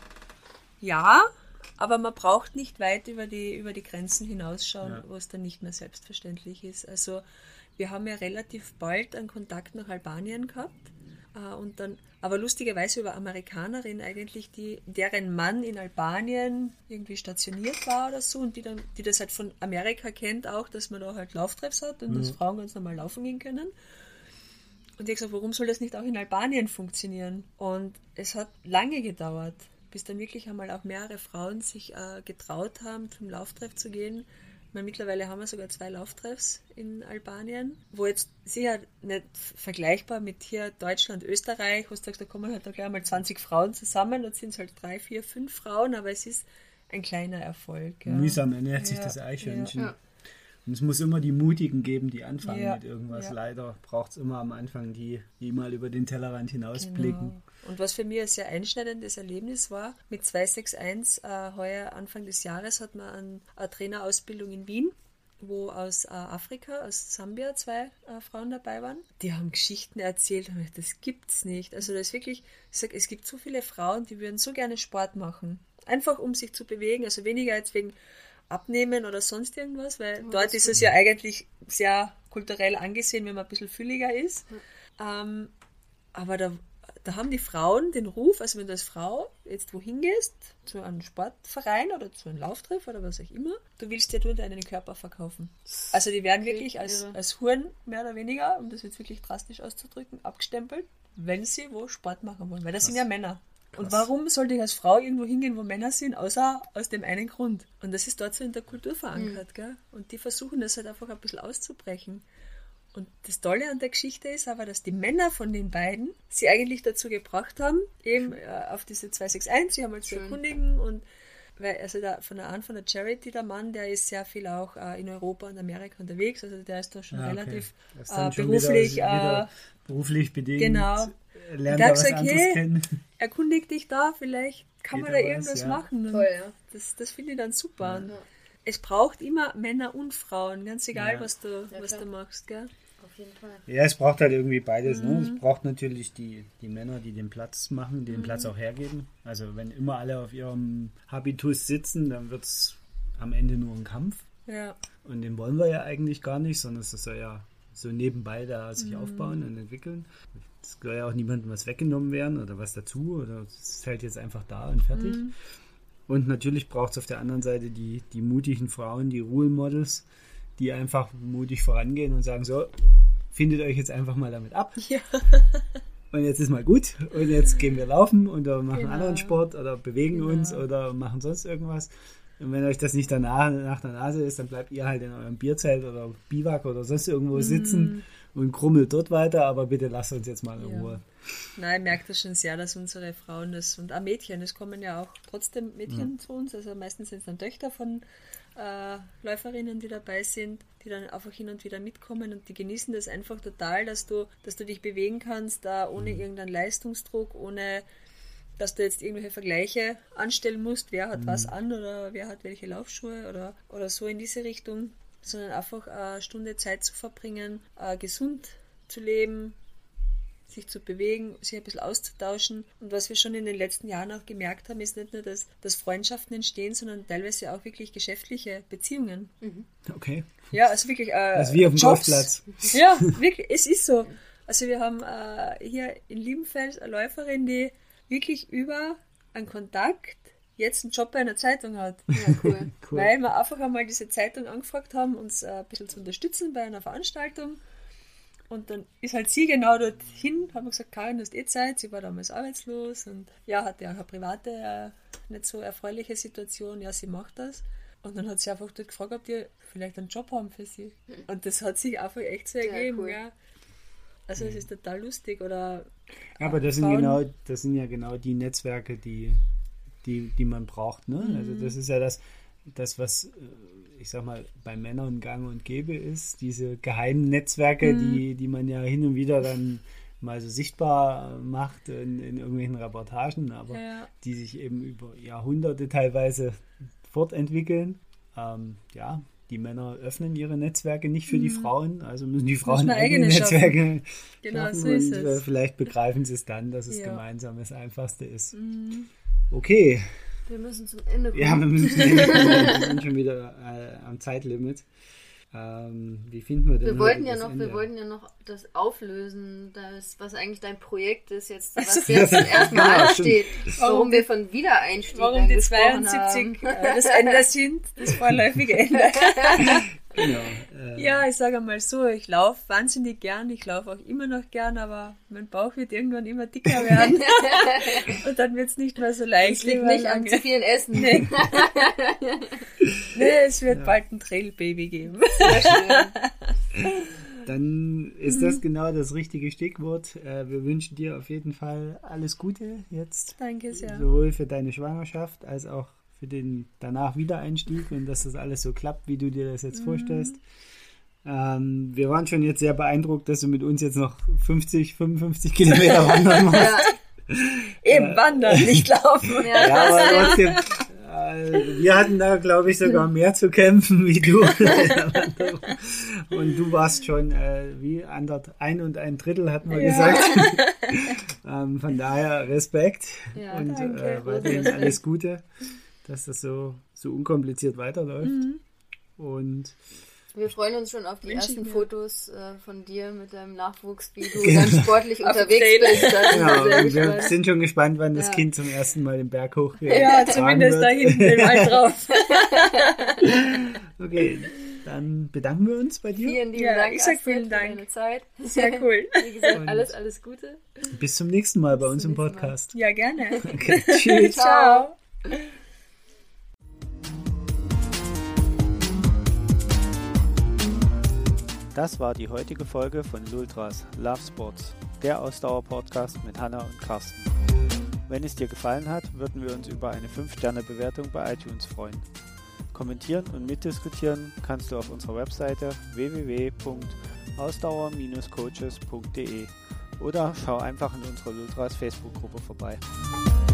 ja, aber man braucht nicht weit über die Grenzen hinausschauen, wo es dann nicht mehr selbstverständlich ist. Also wir haben ja relativ bald einen Kontakt nach Albanien gehabt. Und dann, aber lustigerweise über Amerikanerin eigentlich, deren Mann in Albanien irgendwie stationiert war oder so und die das halt von Amerika kennt auch, dass man da halt Lauftreffs hat und dass Frauen ganz normal laufen gehen können. Und ich habe gesagt, warum soll das nicht auch in Albanien funktionieren? Und es hat lange gedauert, bis dann wirklich einmal auch mehrere Frauen sich getraut haben, zum Lauftreff zu gehen. Mittlerweile haben wir sogar 2 Lauftreffs in Albanien, wo jetzt sicher nicht vergleichbar mit hier Deutschland, Österreich, wo du sagst, da kommen halt da gleich mal 20 Frauen zusammen, dort sind es halt 3, 4, 5 Frauen, aber es ist ein kleiner Erfolg. Ja. Mühsam ernährt sich das Eichhörnchen. Ja. Und es muss immer die Mutigen geben, die anfangen mit irgendwas. Ja. Leider braucht es immer am Anfang die mal über den Tellerrand hinausblicken. Genau. Und was für mich ein sehr einschneidendes Erlebnis war, mit 261, heuer Anfang des Jahres hat man eine Trainerausbildung in Wien, wo aus Afrika, aus Sambia 2 Frauen dabei waren. Die haben Geschichten erzählt, und ich dachte, das gibt's nicht. Also das ist wirklich, ich sage, es gibt so viele Frauen, die würden so gerne Sport machen. Einfach um sich zu bewegen, also weniger als wegen Abnehmen oder sonst irgendwas, weil dort ist es ja eigentlich sehr kulturell angesehen, wenn man ein bisschen fülliger ist. Aber da haben die Frauen den Ruf, also wenn du als Frau jetzt wohin gehst, zu einem Sportverein oder zu einem Lauftreff oder was auch immer, du willst ja nur deinen Körper verkaufen. Also die werden wirklich als Huren, mehr oder weniger, um das jetzt wirklich drastisch auszudrücken, abgestempelt, wenn sie wo Sport machen wollen, weil das sind ja Männer. Und warum sollte ich als Frau irgendwo hingehen, wo Männer sind, außer aus dem einen Grund? Und das ist dort so in der Kultur verankert, gell? Und die versuchen das halt einfach ein bisschen auszubrechen. Und das Tolle an der Geschichte ist aber, dass die Männer von den beiden sie eigentlich dazu gebracht haben, eben auf diese 261, sie haben halt zu erkundigen und weil, also von der Charity, der Mann, der ist sehr viel auch in Europa und Amerika unterwegs, also der ist da schon relativ beruflich bedingt. Genau. Lernt er was anderes kennen. Erkundig dich da, vielleicht kann man da irgendwas machen. Toll, ja. Das finde ich dann super. Ja. Es braucht immer Männer und Frauen, ganz egal, was du machst, gell? Auf jeden Fall. Ja, es braucht halt irgendwie beides. Ne? Es braucht natürlich die Männer, die den Platz machen, die den Platz auch hergeben. Also wenn immer alle auf ihrem Habitus sitzen, dann wird es am Ende nur ein Kampf. Ja. Und den wollen wir ja eigentlich gar nicht, sondern es soll ja so nebenbei da sich aufbauen und entwickeln. Es soll ja auch niemandem was weggenommen werden oder was dazu. Oder es ist halt jetzt einfach da und fertig. Und natürlich braucht es auf der anderen Seite die mutigen Frauen, die Role Models, die einfach mutig vorangehen und sagen, so, findet euch jetzt einfach mal damit ab. Ja. Und jetzt ist mal gut. Und jetzt gehen wir laufen oder machen anderen Sport oder bewegen uns oder machen sonst irgendwas. Und wenn euch das nicht nach der Nase ist, dann bleibt ihr halt in eurem Bierzelt oder Biwak oder sonst irgendwo sitzen und krummelt dort weiter, aber bitte lasst uns jetzt mal in Ruhe. Nein, ich merke das schon sehr, dass unsere Frauen und auch Mädchen, es kommen ja auch trotzdem Mädchen zu uns, also meistens sind es dann Töchter von Läuferinnen, die dabei sind, die dann einfach hin und wieder mitkommen und die genießen das einfach total, dass du dich bewegen kannst, da ohne irgendeinen Leistungsdruck, ohne dass du jetzt irgendwelche Vergleiche anstellen musst, wer hat was an oder wer hat welche Laufschuhe oder so in diese Richtung, sondern einfach eine Stunde Zeit zu verbringen, gesund zu leben, sich zu bewegen, sich ein bisschen auszutauschen. Und was wir schon in den letzten Jahren auch gemerkt haben, ist nicht nur, dass Freundschaften entstehen, sondern teilweise auch wirklich geschäftliche Beziehungen. Okay. Ja, also wirklich also wie auf dem Golfplatz. Ja, wirklich, es ist so. Also wir haben hier in Liebenfeld eine Läuferin, die wirklich über einen Kontakt jetzt einen Job bei einer Zeitung hat. Ja, cool. Weil wir einfach einmal diese Zeitung angefragt haben, uns ein bisschen zu unterstützen bei einer Veranstaltung. Und dann ist halt sie genau dorthin, haben wir gesagt, Karin, du hast Zeit, sie war damals arbeitslos und ja, hatte auch eine private, nicht so erfreuliche Situation, ja, sie macht das. Und dann hat sie einfach dort gefragt, ob die vielleicht einen Job haben für sie. Und das hat sich einfach echt so ergeben, cool. ja. Also es ist total lustig, oder... Ja, aber das sind ja genau die Netzwerke, die man braucht, ne? Also das ist ja das, was ich sag mal, bei Männern gang und gäbe ist, diese geheimen Netzwerke, die man ja hin und wieder dann mal so sichtbar macht in irgendwelchen Reportagen, aber die sich eben über Jahrhunderte teilweise fortentwickeln. Die Männer öffnen ihre Netzwerke nicht für die Frauen, also müssen die Frauen eigene Netzwerke schaffen so ist und es. Vielleicht begreifen sie es dann, dass es gemeinsam das Einfachste ist. Okay. Wir müssen zum Ende kommen. Ja, wir müssen zum Ende kommen. Wir sind schon wieder am Zeitlimit. Wie finden wir denn wir wollten ja noch das auflösen, was eigentlich dein Projekt ist, was jetzt erstmal ansteht. Warum wir von Wiedereinstieg warum die gesprochen 72 haben. das Ende sind, das vorläufige Ende. Genau. Ja, ich sage mal so, ich laufe wahnsinnig gern, ich laufe auch immer noch gern, aber mein Bauch wird irgendwann immer dicker werden. Und dann wird es nicht mehr so leicht. Es liegt nicht an zu vielen Essen. Nee, es wird bald ein Trail-Baby geben. Sehr schön. Dann ist das genau das richtige Stichwort. Wir wünschen dir auf jeden Fall alles Gute jetzt. Danke sehr. Sowohl für deine Schwangerschaft als auch für den danach Wiedereinstieg und dass das alles so klappt, wie du dir das jetzt vorstellst. Wir waren schon jetzt sehr beeindruckt, dass du mit uns jetzt noch 55 Kilometer wandern musst. Ja. Eben wandern, nicht laufen. Ja, aber trotzdem, wir hatten da, glaube ich, sogar mehr zu kämpfen wie du. Und du warst schon wie 1,1 hatten wir gesagt. Von daher Respekt und weiterhin alles Gute, dass das so unkompliziert weiterläuft. Und wir freuen uns schon auf die ersten Fotos von dir mit deinem Nachwuchs, wie du dann sportlich unterwegs bist. Und wir sind schon gespannt, wann das Kind zum ersten Mal den Berg hochgeht. Ja, zumindest da hinten den Wald drauf. Okay, dann bedanken wir uns bei dir. Vielen lieben Dank, ich sag Astrid, vielen Dank. für deine Zeit. Sehr cool. Wie gesagt, alles Gute. Bis zum nächsten Mal bei uns im Podcast. Ja, gerne. Okay, tschüss. Ciao. Das war die heutige Folge von Lultras Love Sports, der Ausdauer-Podcast mit Hanna und Carsten. Wenn es dir gefallen hat, würden wir uns über eine 5-Sterne-Bewertung bei iTunes freuen. Kommentieren und mitdiskutieren kannst du auf unserer Webseite www.ausdauer-coaches.de oder schau einfach in unserer Lultras Facebook-Gruppe vorbei.